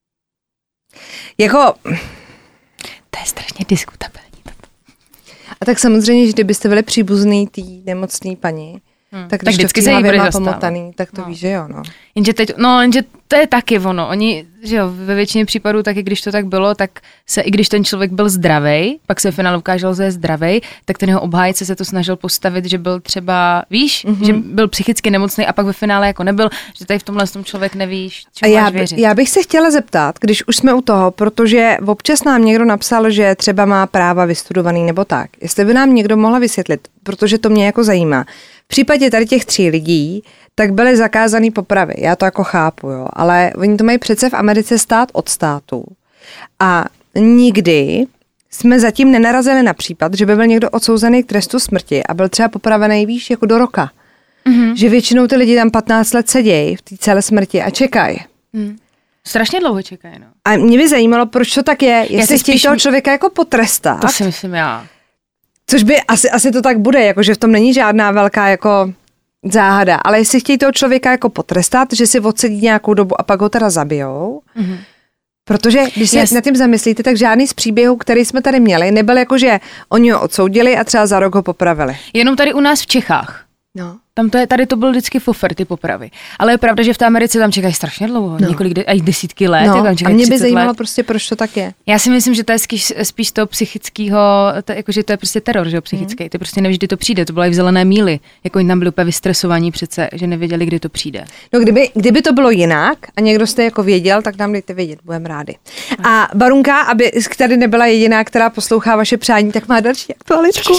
Jako... To je strašně diskutabilní. A tak samozřejmě, že kdybyste byli příbuzný tý nemocný paní, Hmm. Tak když tak to v té hlavě má pomotaný, tak to no. víš, že jo, no. Jenže teď, no, jenže to je taky ono. Oni, že jo, ve většině případů taky, když to tak bylo, tak se, i když ten člověk byl zdravej, pak se v finále ukázalo, že je zdravej, tak ten jeho obhájce se to snažil postavit, že byl třeba, víš, mm-hmm. že byl psychicky nemocný a pak ve finále jako nebyl, že tady v tomhle tom člověk nevíš, čemu máš věřit. Já bych se chtěla zeptat, když už jsme u toho, protože občas nám někdo napsal, že třeba má práva vystudovaný nebo tak. Jestli by nám někdo mohla vysvětlit, protože to mě jako zajímá. V případě tady těch tří lidí, tak byly zakázaný popravy. Já to jako chápu, jo. Ale oni to mají přece v Americe stát od státu. A nikdy jsme zatím nenarazili na případ, že by byl někdo odsouzený k trestu smrti a byl třeba popravený, víš, jako do roka. Mm-hmm. Že většinou ty lidi tam patnáct let sedějí v té celé smrti a čekají. Mm. Strašně dlouho čekají, no. A mě by zajímalo, proč to tak je. Jestli chtějí toho člověka jako potrestat. To si myslím já. Což by asi, asi to tak bude, jakože v tom není žádná velká jako záhada, ale jestli chtějí toho člověka jako potrestat, že si odsedí nějakou dobu a pak ho teda zabijou, mm-hmm. protože když se yes. nad tím zamyslíte, tak žádný z příběhů, který jsme tady měli, nebyl jako, že oni ho odsoudili a třeba za rok ho popravili. Jenom tady u nás v Čechách. No. Tam to je, tady to byl vždycky fofer, ty popravy. Ale je pravda, že v té Americe tam čekají strašně dlouho, no. několik, až desítky let. No. Tam A mě by zajímalo let. prostě, proč to tak je. Já si myslím, že to je spíš, spíš toho psychického, to, jakože to je prostě teror, že jo, psychický. Mm. Ty prostě nevíš, kdy to přijde. To bylo i v Zelené míli. Jako oni tam byli úplně vystresovaní přece, že nevěděli, kdy to přijde. No kdyby, kdyby to bylo jinak a někdo jste jako věděl, tak nám dejte vědět, budeme rádi. A Barunka, aby tady nebyla jediná, která poslouchá vaše přání, tak má další aktualitku.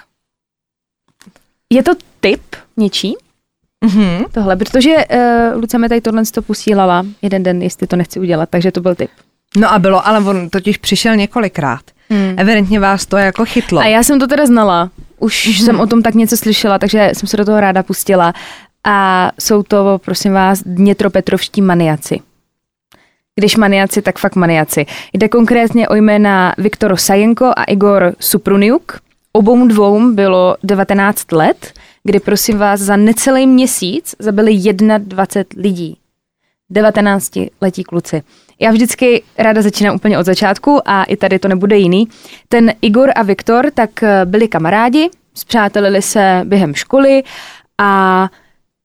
Je to tip něčí? Mm-hmm. Tohle, protože uh, Luce mi tady tohle to posílala jeden den, jestli to nechci udělat, takže to byl tip. No a bylo, ale on totiž přišel několikrát. Mm. Evidentně vás to jako chytlo. A já jsem to teda znala, už mm-hmm. jsem o tom tak něco slyšela, takže jsem se do toho ráda pustila. A jsou to, prosím vás, dnětropetrovští maniaci. Když maniaci, tak fakt maniaci. Jde konkrétně o jména Viktor Osajenko a Igor Supruniuk. Obou dvou bylo devatenáct let, kdy prosím vás za necelý měsíc zabili dvacet jedna lidí. devatenáctiletí kluci. Já vždycky ráda začínám úplně od začátku a i tady to nebude jiný. Ten Igor a Viktor tak byli kamarádi, spřátelili se během školy a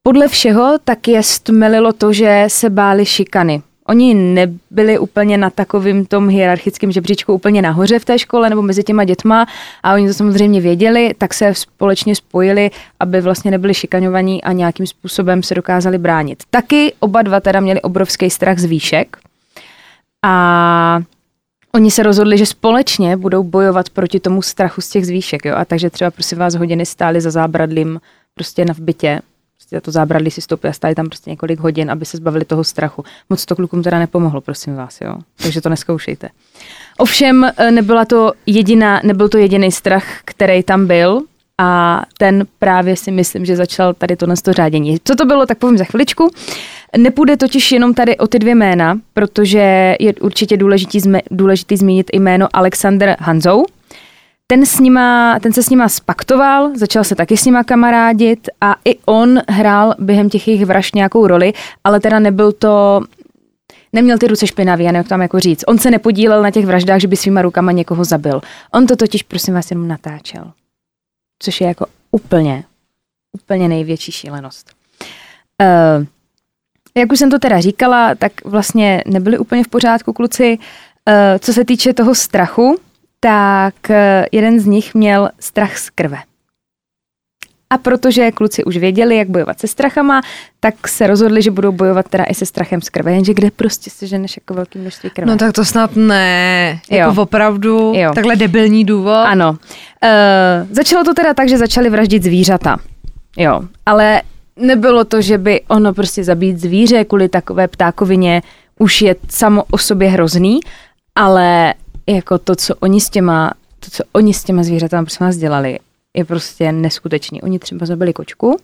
Podle všeho tak je stmelilo to, že se báli šikany. Oni nebyli úplně na takovým tom hierarchickém žebříčku úplně nahoře v té škole nebo mezi těma dětma a oni to samozřejmě věděli, tak se společně spojili, aby vlastně nebyli šikaňovaní a nějakým způsobem se dokázali bránit. Taky oba dva teda měli obrovský strach z výšek a oni se rozhodli, že společně budou bojovat proti tomu strachu z těch zvýšek. Jo? A takže třeba prosím vás hodiny stáli za zábradlím prostě na v bytě. Prostě to zábradlí si stoupili a stáli tam prostě několik hodin, aby se zbavili toho strachu. Moc to klukům teda nepomohlo, prosím vás. Jo? Takže to neskoušejte. Ovšem nebyla to jediná, nebyl to jediný strach, který tam byl. A ten právě si myslím, že začal tady tohle řádění. Co to bylo, tak povím za chviličku. Nepůjde totiž jenom tady o ty dvě jména, protože je určitě důležitý, důležitý zmínit i jméno Alexander Hanzou. Ten, s nima, ten se s nima spaktoval, začal se taky s nima kamarádit a i on hrál během těch jejich vražd nějakou roli, ale teda nebyl to, neměl ty ruce špinavý, já nevím, jak tam jako říct. On se nepodílel na těch vraždách, že by svýma rukama někoho zabil. On to totiž, prosím vás, jenom natáčel. Což je jako úplně, úplně největší šílenost. Uh, jak už jsem to teda říkala, tak vlastně nebyli úplně v pořádku kluci. Uh, co se týče toho strachu, tak uh, jeden z nich měl strach z krve. A protože kluci už věděli, jak bojovat se strachama, tak se rozhodli, že budou bojovat teda i se strachem z krve. Jenže kde prostě se ženeš jako velký množství krve. No tak to snad ne. Jako jo. Opravdu jo. Takhle debilní důvod. Ano. Uh, začalo to teda tak, že začali vraždit zvířata. Jo. Ale nebylo to, že by ono prostě zabít zvíře kvůli takové ptákovině už je samo o sobě hrozný, ale jako to, co oni s těma, to, co oni s těma zvířatama prosím vás dělali, je prostě neskutečný. Oni třeba zabili kočku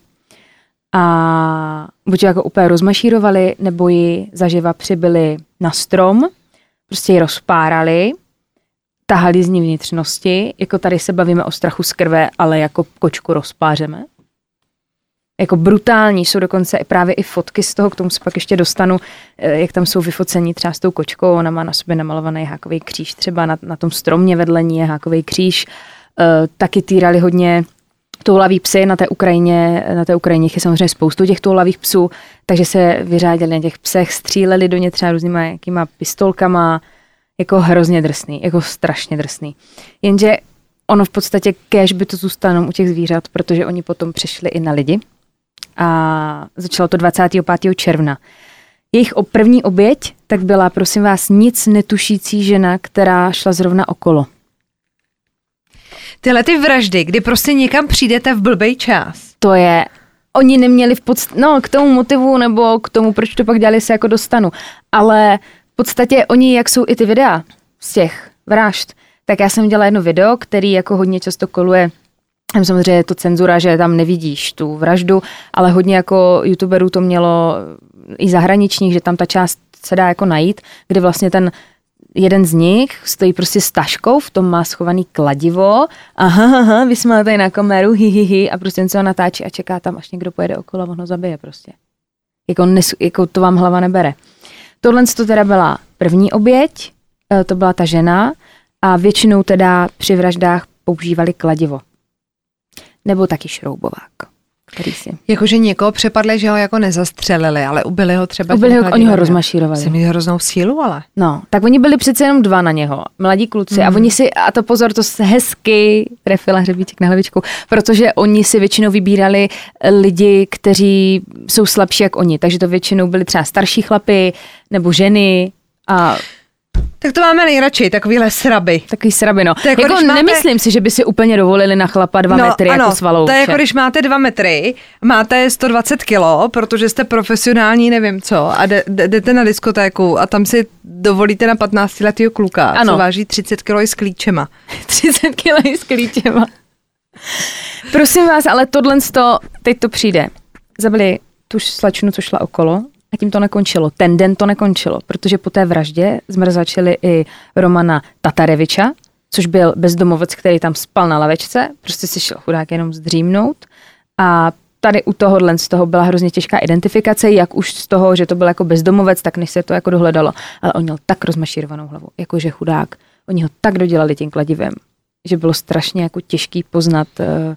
a buď jako úplně rozmašírovali, nebo ji zaživa přibili na strom, prostě ji rozpárali, tahali z ní vnitřnosti, jako tady se bavíme o strachu z krve, ale jako kočku rozpářeme. Jako brutální, jsou dokonce i právě i fotky z toho, k tomu se pak ještě dostanu, jak tam jsou vyfocení třeba s tou kočkou, ona má na sobě namalovaný hákový kříž, třeba na, na tom stromě vedle ní je hákový kříž. Uh, taky týrali hodně toulavý psy na té Ukrajině, na té Ukrajině je samozřejmě spoustu těch toulavých psů, takže se vyřádili na těch psech, stříleli do ně třeba různýma jakýma pistolkama, jako hrozně drsný, jako strašně drsný. Jenže ono v podstatě kéž by to zůstalo u těch zvířat, protože oni potom přešli i na lidi a začalo to dvacátého pátého června. Jejich první oběť tak byla, prosím vás, nic netušící žena, která šla zrovna okolo. Tyhle ty vraždy, kdy prostě někam přijdete v blbej čas. To je, oni neměli v podstatě, no k tomu motivu nebo k tomu, proč to pak dělali, se jako dostanu. Ale v podstatě oni, jak jsou i ty videa z těch vražd, tak já jsem dělala jedno video, který jako hodně často koluje, samozřejmě je to cenzura, že tam nevidíš tu vraždu, ale hodně jako youtuberů to mělo i zahraničních, že tam ta část se dá jako najít, kdy vlastně ten jeden z nich stojí prostě s taškou, v tom má schovaný kladivo, aha, aha, vysmál tady na kameru, hi, hi, hi, a prostě on se ho natáčí a čeká tam, až někdo pojede okolo a on ho zabije prostě. Jako, nes, jako to vám hlava nebere. Tohle to teda byla první oběť, to byla ta žena a většinou teda při vraždách používali kladivo. Nebo taky šroubovák. Který si... Jakože někoho přepadli, že ho jako nezastřelili, ale ubili ho třeba... Ubili ho, oni ho rozmašírovali. Jsem měl hroznou sílu, ale... No, tak oni byli přece jenom dva na něho, mladí kluci, mm. a oni si, a to pozor, to se hezky trefila hřebíček na hlavičku, protože oni si většinou vybírali lidi, kteří jsou slabší jak oni, takže to většinou byli třeba starší chlapy, nebo ženy a... Tak to máme nejradši, takovýhle sraby. Takový sraby, no. Jako, jako máte... Nemyslím si, že by si úplně dovolili na chlapa dva no, metry ano, jako svalouče. To je jako když máte dva metry, máte sto dvacet kilo, protože jste profesionální, nevím co, a jdete na diskotéku a tam si dovolíte na patnáctiletýho kluka, ano. Co váží třicet kilo i s klíčema. třicet kilo i s klíčema. Prosím vás, ale tohle to, teď to přijde. Zabili tu slečnu, co šla okolo. A tím to nekončilo. Ten den to nekončilo, protože po té vraždě zmrzačili i Romana Tatareviča, což byl bezdomovec, který tam spal na lavečce, prostě si šel chudák jenom zdřímnout. A tady u tohohle z toho byla hrozně těžká identifikace, jak už z toho, že to byl jako bezdomovec, tak než se to jako dohledalo. Ale on měl tak rozmašírovanou hlavu, jakože chudák. Oni ho tak dodělali tím kladivem, že bylo strašně jako těžký poznat,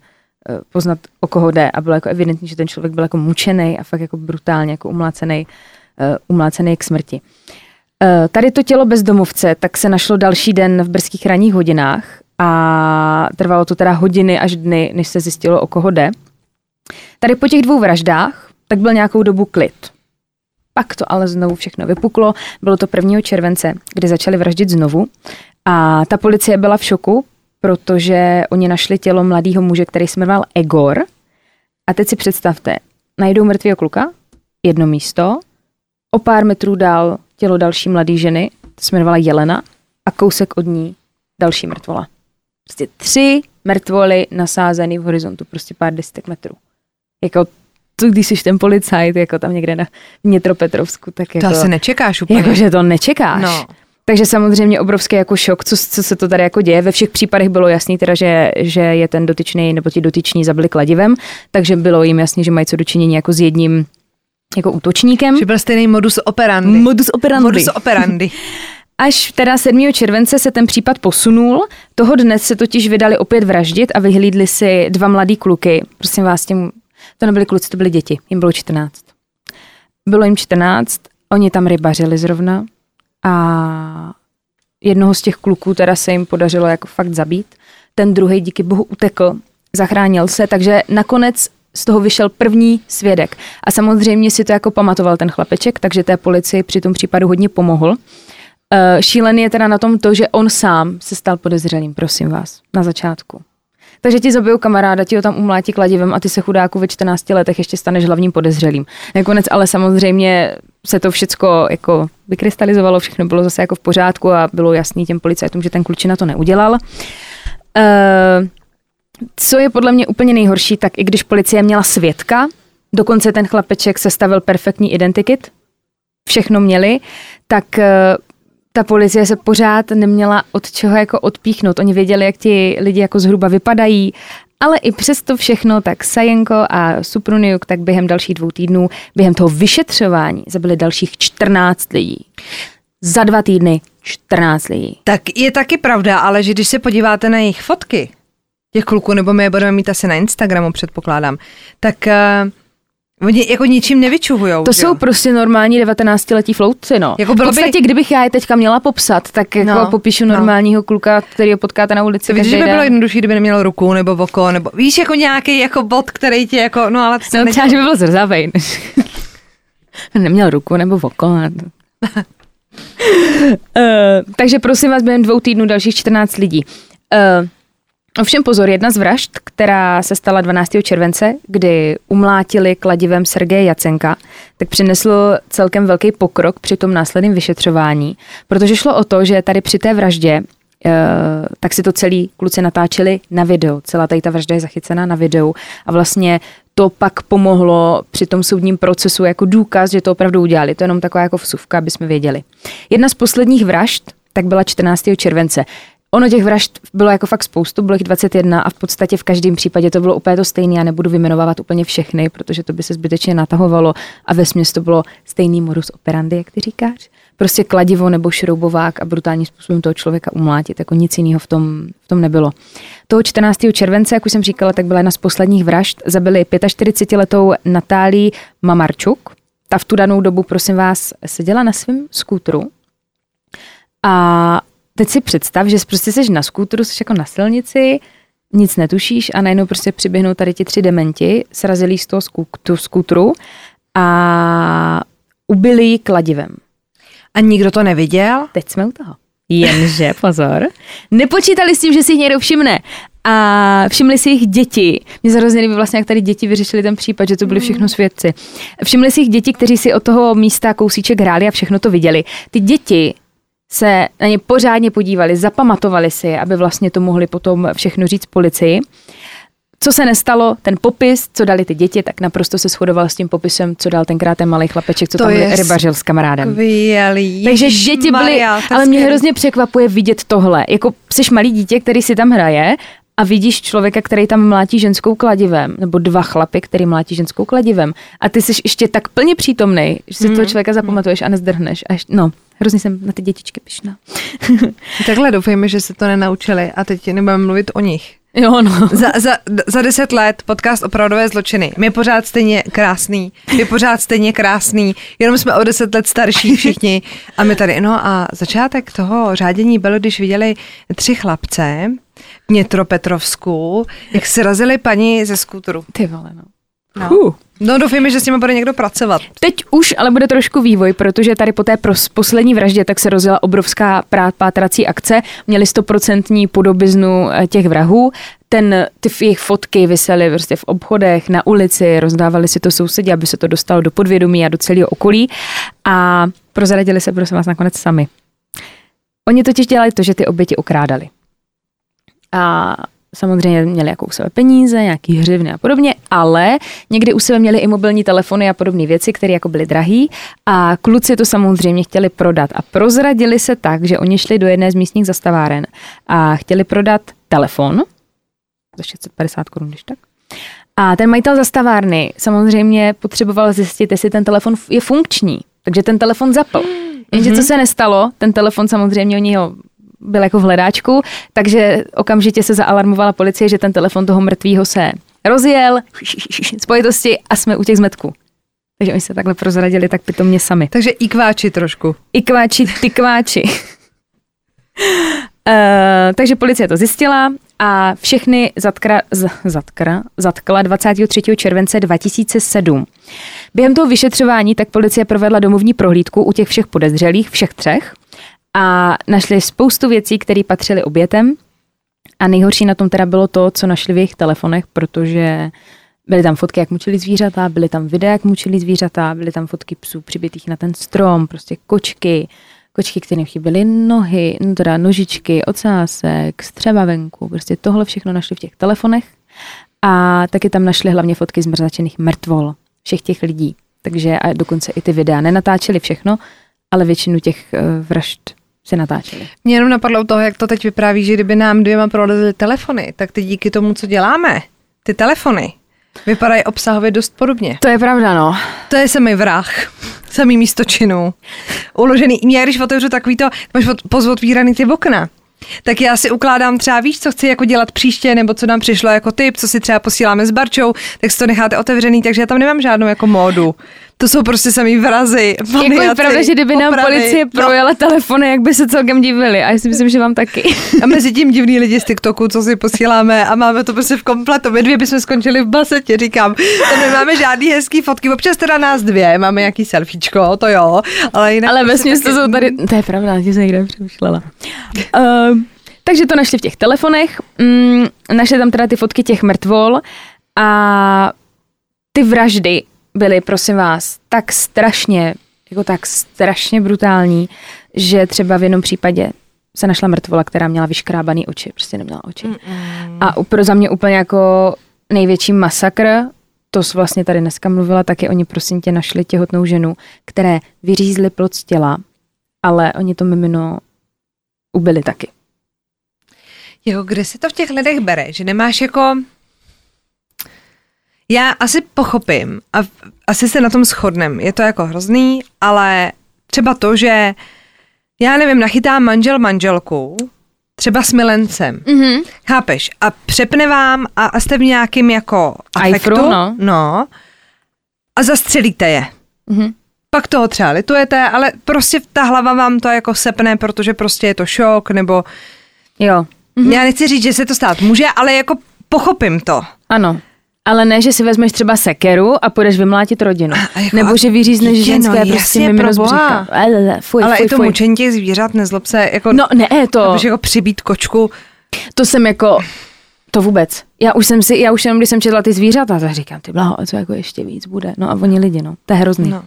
poznat, o koho jde a bylo jako evidentní, že ten člověk byl jako mučený a fakt jako brutálně jako umlácený, umlácený k smrti. Tady to tělo bezdomovce tak se našlo další den v brzkých ranních hodinách a trvalo to teda hodiny až dny, než se zjistilo, o koho jde. Tady po těch dvou vraždách tak byl nějakou dobu klid. Pak to ale znovu všechno vypuklo. Bylo to prvního července, kdy začali vraždit znovu a ta policie byla v šoku, protože oni našli tělo mladého muže, který se jmenoval Egor. A teď si představte, najdou mrtvého kluka, jedno místo, o pár metrů dál tělo další mladé ženy, to se jmenovala Jelena, a kousek od ní další mrtvola. Prostě tři mrtvoly nasázený v horizontu, prostě pár desítek metrů. Jako to, když jsi ten policajt, jako tam někde na Vnitropetrovsku, tak jako... To asi nečekáš úplně. Jakože to nečekáš. No. Takže samozřejmě obrovský jako šok, co, co se to tady jako děje. Ve všech případech bylo jasný teda, že, že je ten dotyčný nebo ti dotyční zabili kladivem, takže bylo jim jasný, že mají co dočinění jako s jedním jako útočníkem. Že byl stejný modus operandi. Modus operandi. Modus operandi. Až teda sedmého července se ten případ posunul, toho dne se totiž vydali opět vraždit a vyhlídli si dva mladý kluky. Prosím vás, těm, to nebyli kluci, to byly děti, jim bylo čtrnáct. Bylo jim čtrnáct, oni tam rybařili zrovna a jednoho z těch kluků teda se jim podařilo jako fakt zabít. Ten druhý díky bohu utekl, zachránil se, takže nakonec z toho vyšel první svědek. A samozřejmě si to jako pamatoval ten chlapeček, takže té policii při tom případu hodně pomohl. Šílený je teda na tom to, že on sám se stal podezřelým, prosím vás, na začátku. Takže ti zabijou kamaráda, ti ho tam umlátí kladivem a ty se chudáku ve čtrnácti letech ještě staneš hlavním podezřelým. Nakonec ale samozřejmě se to všecko jako vykrystalizovalo, všechno bylo zase jako v pořádku a bylo jasný těm policajtům, že ten klučina to neudělal. Uh, co je podle mě úplně nejhorší, tak i když policie měla svědka, dokonce ten chlapeček sestavil perfektní identikit, všechno měli, tak uh, ta policie se pořád neměla od čeho jako odpíchnout. Oni věděli, jak ti lidi jako zhruba vypadají, ale i přesto všechno, tak Sajenko a Supruniuk tak během dalších dvou týdnů, během toho vyšetřování zabili dalších čtrnáct lidí. Za dva týdny čtrnáct lidí. Tak je taky pravda, ale že když se podíváte na jejich fotky, těch kluků, nebo my je budeme mít asi na Instagramu, předpokládám, tak uh, oni jako ničím nevyčuhujou. To jsou prostě normální devatenáctiletí floutci, no. Jako v podstatě, by... kdybych já je teďka měla popsat, tak jako no, popíšu normálního no. kluka, který ho potkáte na ulici. Víš, že by bylo jednodušší, kdyby neměl ruku nebo oko, nebo víš, jako nějaký jako bod, který ti jako, no ale... No třeba, že by byl zrzavej. Neměl ruku nebo oko. uh, takže prosím vás, během dvou týdnů dalších čtrnáct lidí. Uh, Ovšem pozor, jedna z vražd, která se stala dvanáctého července, kdy umlátili kladivem Sergeje Jacenka, tak přinesl celkem velký pokrok při tom následném vyšetřování, protože šlo o to, že tady při té vraždě, tak si to celý kluci natáčeli na video. Celá tady ta vražda je zachycená na videu a vlastně to pak pomohlo při tom soudním procesu jako důkaz, že to opravdu udělali. To je jenom taková jako vsuvka, aby jsme věděli. Jedna z posledních vražd tak byla čtrnáctého července. Ono těch vražd bylo jako fakt spoustu, bylo jich dvacet jedna a v podstatě v každém případě to bylo úplně to stejné. Já nebudu vyjmenovávat úplně všechny, protože to by se zbytečně natahovalo a vesměs to bylo stejný modus operandi, jak ty říkáš. Prostě kladivo nebo šroubovák a brutálním způsobem toho člověka umlátit, jako nic jiného v tom, v tom nebylo. Toho čtrnáctého července, jak už jsem říkala, tak byla jedna z posledních vražd. Zabili čtyřicetiletou Natálii Mamarčuk. Ta v tu danou dobu, prosím vás, seděla na svém skútru a teď si představ, že prostě jsi na skútru, jsi jako na silnici, nic netušíš a najednou prostě přiběhnou tady ti tři dementi, srazili z toho skútru a ubili ji kladivem. A nikdo to neviděl? Teď jsme u toho. Jenže, pozor, nepočítali s tím, že si jich někdo všimne. A všimli si jich děti. Mě hrozně líbí vlastně, jak tady děti vyřešili ten případ, že to byly všechno svědci. Všimli si jich děti, kteří si od toho místa kousíček hráli a všechno to viděli. Ty děti se na ně pořádně podívali, zapamatovali si je, aby vlastně to mohli potom všechno říct policii. Co se nestalo, ten popis, co dali ty děti, tak naprosto se shodoval s tím popisem, co dal tenkrát ten malý chlapeček, co to tam rybařil s kamarádem. Skvělý. Takže děti byly, ale mě hrozně překvapuje vidět tohle. Jako jsi malý dítě, který si tam hraje a vidíš člověka, který tam mlátí ženskou kladivem, nebo dva chlapy, který mlátí ženskou kladivem a ty jsi ještě tak plně přítomnej, že si mm. toho člověka zapamatuješ a nezdrhneš. A ještě, no, hrozně jsem na ty dětičky pyšná. Takhle doufejme, že se to nenaučili a teď nebudeme mluvit o nich. Jo, no. Za, za, za deset let podcast Opravdové zločiny. My pořád stejně krásný, my pořád stejně krásný, jenom jsme o deset let starší všichni. A my tady, no a začátek toho řádění bylo, když viděli tři chlapce v Dněpropetrovsku, jak srazili paní ze skútru. Ty vole, no. No. Uh. No doufejme, že s nimi bude někdo pracovat. Teď už ale bude trošku vývoj, protože tady po té pros- poslední vraždě tak se rozjela obrovská prá- pátrací akce. Měli stoprocentní podobiznu těch vrahů. Ten, ty jejich fotky visely prostě v obchodech, na ulici, rozdávali si to sousedi, aby se to dostalo do podvědomí a do celého okolí. A prozradili se, prosím vás, nakonec sami. Oni totiž dělali to, že ty oběti okrádali. A samozřejmě měli jako u sebe peníze, nějaký hřivny a podobně, ale někdy u sebe měli i mobilní telefony a podobné věci, které jako byly drahý a kluci to samozřejmě chtěli prodat a prozradili se tak, že oni šli do jedné z místních zastaváren a chtěli prodat telefon za šest set padesát korun, když tak. A ten majitel zastavárny samozřejmě potřeboval zjistit, jestli ten telefon je funkční, takže ten telefon zapl. Jenže co se nestalo, ten telefon samozřejmě oni ho byl jako v hledáčku, takže okamžitě se zaalarmovala policie, že ten telefon toho mrtvýho se rozjel, spojitosti a jsme u těch zmetků. Takže oni se takhle prozradili tak pitomně sami. Takže ikváči trošku. Ikváči, tykváči. uh, takže policie to zjistila a všechny zatkra, z, zatkra, zatkla dvacátého třetího července dva tisíce sedm. Během toho vyšetřování tak policie provedla domovní prohlídku u těch všech podezřelých, všech třech, a našli spoustu věcí, které patřily obětem a nejhorší na tom teda bylo to, co našli v jejich telefonech, protože byly tam fotky, jak mučili zvířata, byly tam videa, jak mučili zvířata, byly tam fotky psů přibitých na ten strom, prostě kočky, kočky, kterým chyběly nohy, no teda nožičky, ocásek, střeva venku, prostě tohle všechno našli v těch telefonech a taky tam našli hlavně fotky zmrzačených mrtvol všech těch lidí, takže a dokonce i ty videa nenatáčeli všechno, ale většinu těch uh, vražd si natáčeli. Mě jenom napadlo u toho, jak to teď vypráví, že kdyby nám dvěma prolezly telefony, tak ty díky tomu, co děláme, ty telefony vypadají obsahově dost podobně. To je pravda, no. To je samý vrah, samý místo činu. Uložený. Mě, když otevřu takový to, máš pozotvíraný ty okna, tak já si ukládám třeba, víš, co chci jako dělat příště, nebo co nám přišlo jako tip, co si třeba posíláme s Barčou, tak si to necháte otevřený, takže já tam nemám žádnou jako módu. To jsou prostě samý vrazy. Jako je pravda, že kdyby nám policie projela no. telefony, jak by se celkem divili. A já si myslím, že vám taky. A mezi tím divný lidi z TikToku, co si posíláme a máme to prostě v kompletu. My dvě bychom skončili v basetě, říkám. Tam nemáme žádný hezký fotky. Občas teda nás dvě, máme nějaký selfiečko, to jo. Ale jinak ale vesměs to jsou tady, to je pravda, že jsem někde přemýšlela. Uh, takže to našli v těch telefonech. Mm, našli tam teda ty fotky těch mrtvol a ty vraždy byly, prosím vás, tak strašně, jako tak strašně brutální, že třeba v jednom případě se našla mrtvola, která měla vyškrábaný oči, prostě neměla oči. Mm-mm. A pro za mě úplně jako největší masakr, to vlastně tady dneska mluvila, taky oni prosím tě našli těhotnou ženu, které vyřízli plod z těla, ale oni to mimino ubili taky. Jo, kde si to v těch lidech bere, že nemáš jako... Já asi pochopím a asi se na tom shodnem. Je to jako hrozný, ale třeba to, že já nevím, nachytám manžel manželku, třeba s milencem, mm-hmm. chápeš? A přepne vám a, a jste v nějakým jako afektu, Ajfru, no. no, a zastřelíte je. Mm-hmm. Pak toho třeba litujete, ale prostě ta hlava vám to jako sepne, protože prostě je to šok, nebo... Jo. Mm-hmm. Já nechci říct, že se to stát může, ale jako pochopím to. Ano. Ale ne, že si vezmeš třeba sekeru a půjdeš vymlátit rodinu. Jako, nebo že vyřízneš ženské no, prostě mimino z břicha. Ale, fuj, ale fuj, i to fuj. mučení těch zvířat, nezlob se, jako... No ne, to... Jako přibít kočku. To jsem jako... To vůbec. Já už jsem si, já už jenom, když jsem četla ty zvířata, tak říkám, ty blaho, co jako ještě víc bude. No a oni lidi, no. To je hrozný. No. Uh,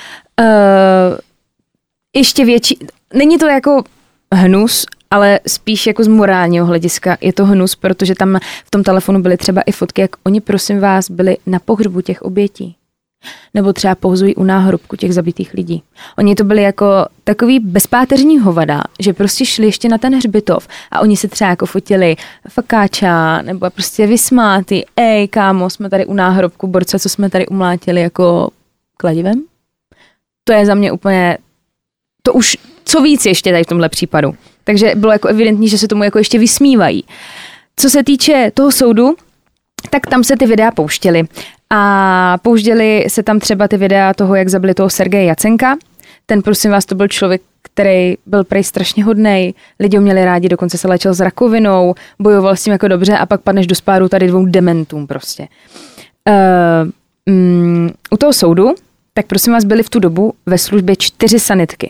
ještě větší... Není to jako hnus, ale spíš jako z morálního hlediska je to hnus, protože tam v tom telefonu byly třeba i fotky, jak oni, prosím vás, byli na pohřbu těch obětí. Nebo třeba pohuzují u náhrobku těch zabitých lidí. Oni to byli jako takový bezpáteřní hovada, že prostě šli ještě na ten hřbitov a oni se třeba jako fotili fakáča nebo prostě vysmátý. Ej, kámo, jsme tady u náhrobku borce, co jsme tady umlátili jako kladivem. To je za mě úplně, to už co víc ještě tady v tomhle případu. Takže bylo jako evidentní, že se tomu jako ještě vysmívají. co se týče toho soudu, tak tam se ty videa pouštěly. A pouštěly se tam třeba ty videa toho, jak zabili toho Sergeje Jacenka. Ten, prosím vás, to byl člověk, který byl prej strašně hodnej, lidi ho měli rádi, dokonce se léčil s rakovinou, bojoval s tím jako dobře a pak padneš do spáru tady dvou dementům prostě. Uh, um, u toho soudu, tak prosím vás, byli v tu dobu ve službě čtyři sanitky.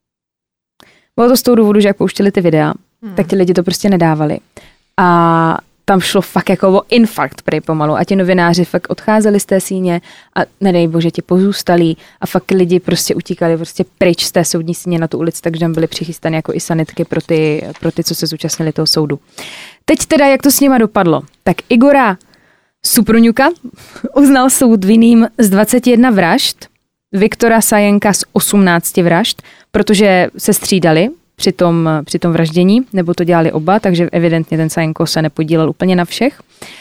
Bylo to z toho důvodu, že jak pouštěli ty videa, hmm. tak ti lidi to prostě nedávali. A tam šlo fakt jako o infarkt prej pomalu a ti novináři fakt odcházeli z té síně a nedej bože ti pozůstalí a fakt lidi prostě utíkali prostě pryč z té soudní síně na tu ulici, takže tam byly přichystané jako i sanitky pro ty, pro ty, co se zúčastnili toho soudu. Teď teda, jak to s nima dopadlo, tak Igora Supruňuka uznal soud vinným z dvaceti jedné vražd, Viktora Sajenka z osmnácti vražd, protože se střídali při tom, při tom vraždění, nebo to dělali oba, takže evidentně ten Sajenko se nepodílel úplně na všech.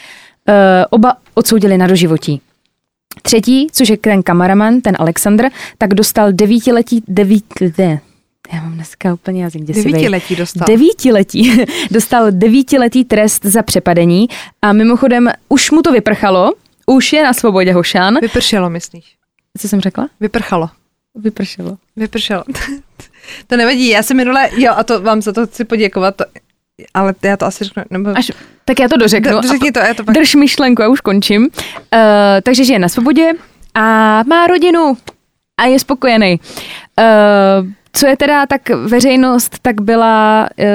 E, oba odsoudili na doživotí. Třetí, což je ten kameraman, ten Alexandr, tak dostal devítiletí, devít, ne, já mám dneska úplně jazyk děsivej. Devítiletí dostal. Devítiletí. Dostal devítiletý trest za přepadení a mimochodem už mu to vyprchalo, už je na svobodě Hošan. Vypršelo, myslíš? Co jsem řekla? Vyprchalo. Vypršelo. Vypršelo. To nevadí, já jsem minule, jo, a to vám za to chci poděkovat, to, ale já to asi řeknu, nebo... Až, tak já to dořeknu. Do, dořekni to, já to pak... Drž myšlenku a už končím. Uh, takže žije na svobodě a má rodinu a je spokojený. Uh, co je teda tak veřejnost, tak byla uh,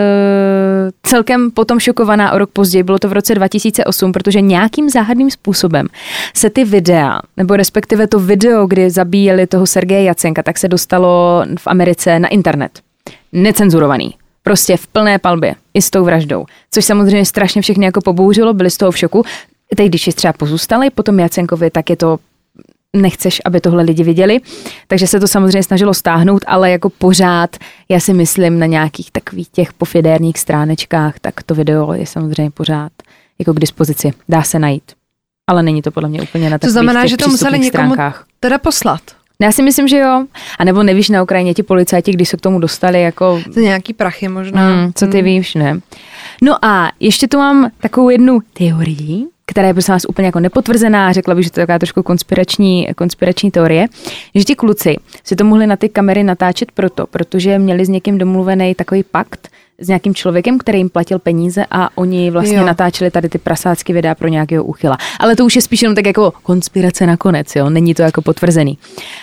celkem potom šokovaná o rok později. Bylo to v roce dva tisíce osm, protože nějakým záhadným způsobem se ty videa, nebo respektive to video, kdy zabíjeli toho Sergeje Jacenka, tak se dostalo v Americe na internet. Necenzurovaný. Prostě v plné palbě. I s tou vraždou. Což samozřejmě strašně všechny jako pobouřilo, byli z toho v šoku. Teď, když je třeba pozůstali po tom Jacenkovi, tak je to nechceš, aby tohle lidi viděli. Takže se to samozřejmě snažilo stáhnout, ale jako pořád, já si myslím, na nějakých takových těch pofidérních stránečkách, tak to video je samozřejmě pořád jako k dispozici. Dá se najít. Ale není to podle mě úplně na takových těch přístupných stránkách. To znamená, že to museli někomu teda poslat. Já si myslím, že jo. A nebo nevíš, na Ukrajině ti policajti, když se k tomu dostali, jako... To nějaký prachy možná. Mm, co ty mm. víš, ne? No a ještě tu mám takovou jednu teorii, která je prostě vás úplně jako nepotvrzená, řekla bych, že to je taková trošku konspirační, konspirační teorie, že ti kluci si to mohli na ty kamery natáčet proto, protože měli s někým domluvený takový pakt s nějakým člověkem, který jim platil peníze a oni vlastně jo. natáčeli tady ty prasácky videa pro nějakého úchyla. Ale to už je spíš jenom tak jako konspirace nakonec, jo, není to jako potvrzený.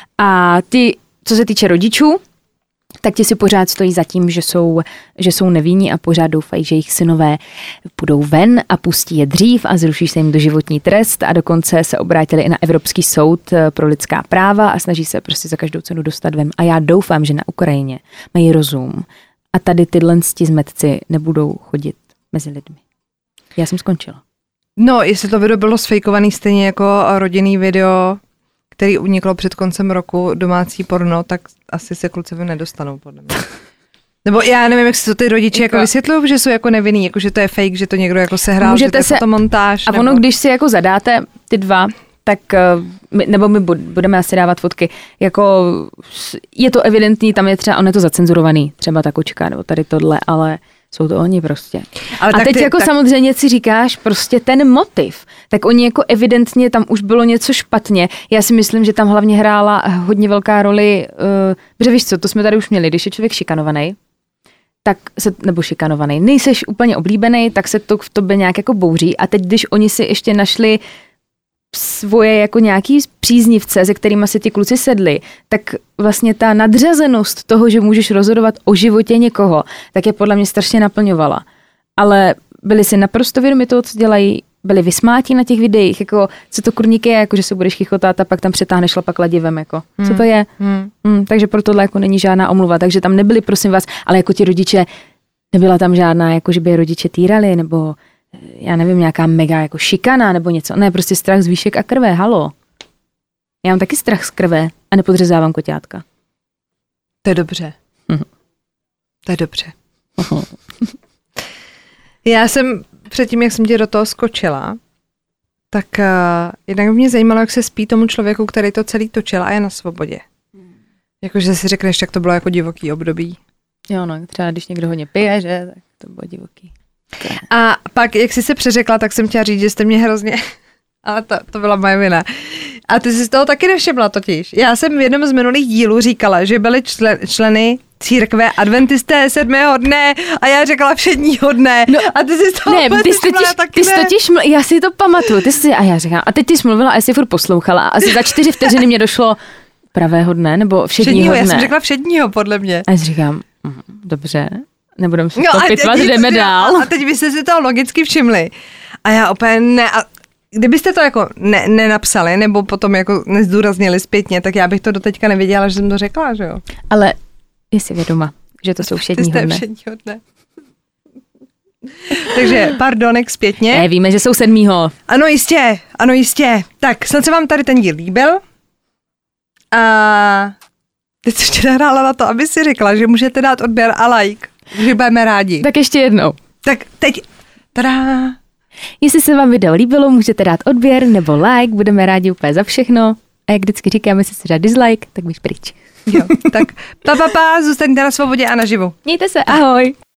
A ty, co se týče rodičů, tak ti si pořád stojí za tím, že jsou, že jsou nevinní a pořád doufají, že jejich synové půjdou ven a pustí je dřív a zruší se jim doživotní trest a dokonce se obrátili i na Evropský soud pro lidská práva a snaží se prostě za každou cenu dostat ven. A já doufám, že na Ukrajině mají rozum a tady tyhle zmetci nebudou chodit mezi lidmi. Já jsem skončila. No, jestli to video bylo sfejkovaný stejně jako rodinný video, který uniklo před koncem roku, domácí porno, tak asi se kluci nedostanou, podle mě. Nebo já nevím, jak si to ty rodiče jako, jako vysvětlují, že jsou jako nevinný, jako že to je fake, že to někdo jako sehrál, můžete že to je se, fotomontáž. A nebo... ono, když si jako zadáte ty dva, tak, nebo my budeme asi dávat fotky, jako je to evidentní, tam je třeba, on je to zacenzurovaný, třeba ta kočka, nebo tady tohle, ale jsou to oni prostě. Ale a teď ty, jako tak... samozřejmě si říkáš prostě ten motiv, tak oni jako evidentně tam už bylo něco špatně. Já si myslím, že tam hlavně hrála hodně velká roli, uh, protože víš co, to jsme tady už měli, když je člověk šikanovaný, tak se, nebo šikanovaný, nejseš úplně oblíbený, tak se to v tobě nějak jako bouří a teď, když oni si ještě našli svoje jako nějaký příznivce, se kterými si ti kluci sedli, tak vlastně ta nadřazenost toho, že můžeš rozhodovat o životě někoho, tak je podle mě strašně naplňovala. Ale byli si naprosto vědomi toho, co dělají, byli vysmátí na těch videích, jako co to kurníky je, jako že se budeš chichotat a pak tam přetáhneš šlapak ladivem, jako co to je. Hmm. Hmm, takže pro tohle jako není žádná omluva, takže tam nebyli, prosím vás, ale jako ti rodiče, nebyla tam žádná, jako že by rodiče týrali, nebo já nevím, nějaká mega jako šikana nebo něco. Ne, prostě strach z výšek a krve, halo. Já mám taky strach z krve a nepodřezávám koťátka. To je dobře. Mhm. To je dobře. Já jsem předtím, jak jsem tě do toho skočila, tak uh, jednak mě zajímalo, jak se spí tomu člověku, který to celý točil a je na svobodě. Hmm. Jakože si řekneš, tak to bylo jako divoký období. Jo, no, třeba když někdo hodně pije, že, tak to bylo divoký. A pak, jak jsi se přeřekla, tak jsem chtěla říct, že jste mě hrozně... Ale to, to byla moje vina. A ty jsi z toho taky nevšimla totiž. Já jsem v jednom z minulých dílů říkala, že byly člen, členy církve adventisté sedmého dne a já řekla všedního dne. No, a ty jsi z toho ne, ty jsi totiž, ty jsi totiž ml, já si to pamatuju, ty jsi, a já říkám, a teď ty jsi mluvila a já si furt poslouchala a asi za čtyři vteřiny mě došlo pravého dne, nebo všedního, všedního dne. Já jsem řekla všedního, podle mě. A já si říkám, mm, dobře, nebudeme se no to pitvat, jdeme dál. A teď byste si to logicky všimli. A já úplně ne... A kdybyste to jako ne, nenapsali, nebo potom jako nezdůraznili zpětně, tak já bych to doteďka nevěděla, že jsem to řekla, že jo? Ale jsi vědoma, že to jsou všedního dne. všedního dne. Takže pardonek zpětně. Ne, víme, že jsou sedmýho. Ano, jistě, ano, jistě. Tak, snad se vám tady ten díl líbil. A teď jsi ještě nahrála na to, aby si řekla, že můžete dát odběr a like, že budeme rádi. Tak ještě jednou. Tak teď, tada. Jestli se vám video líbilo, můžete dát odběr nebo like, budeme rádi úplně za všechno. A jak vždycky říkáme, jestli si dát dislike, tak běž pryč. Jo, tak pa, pa, pa, zůstaňte na svobodě a naživu. Mějte se, ahoj.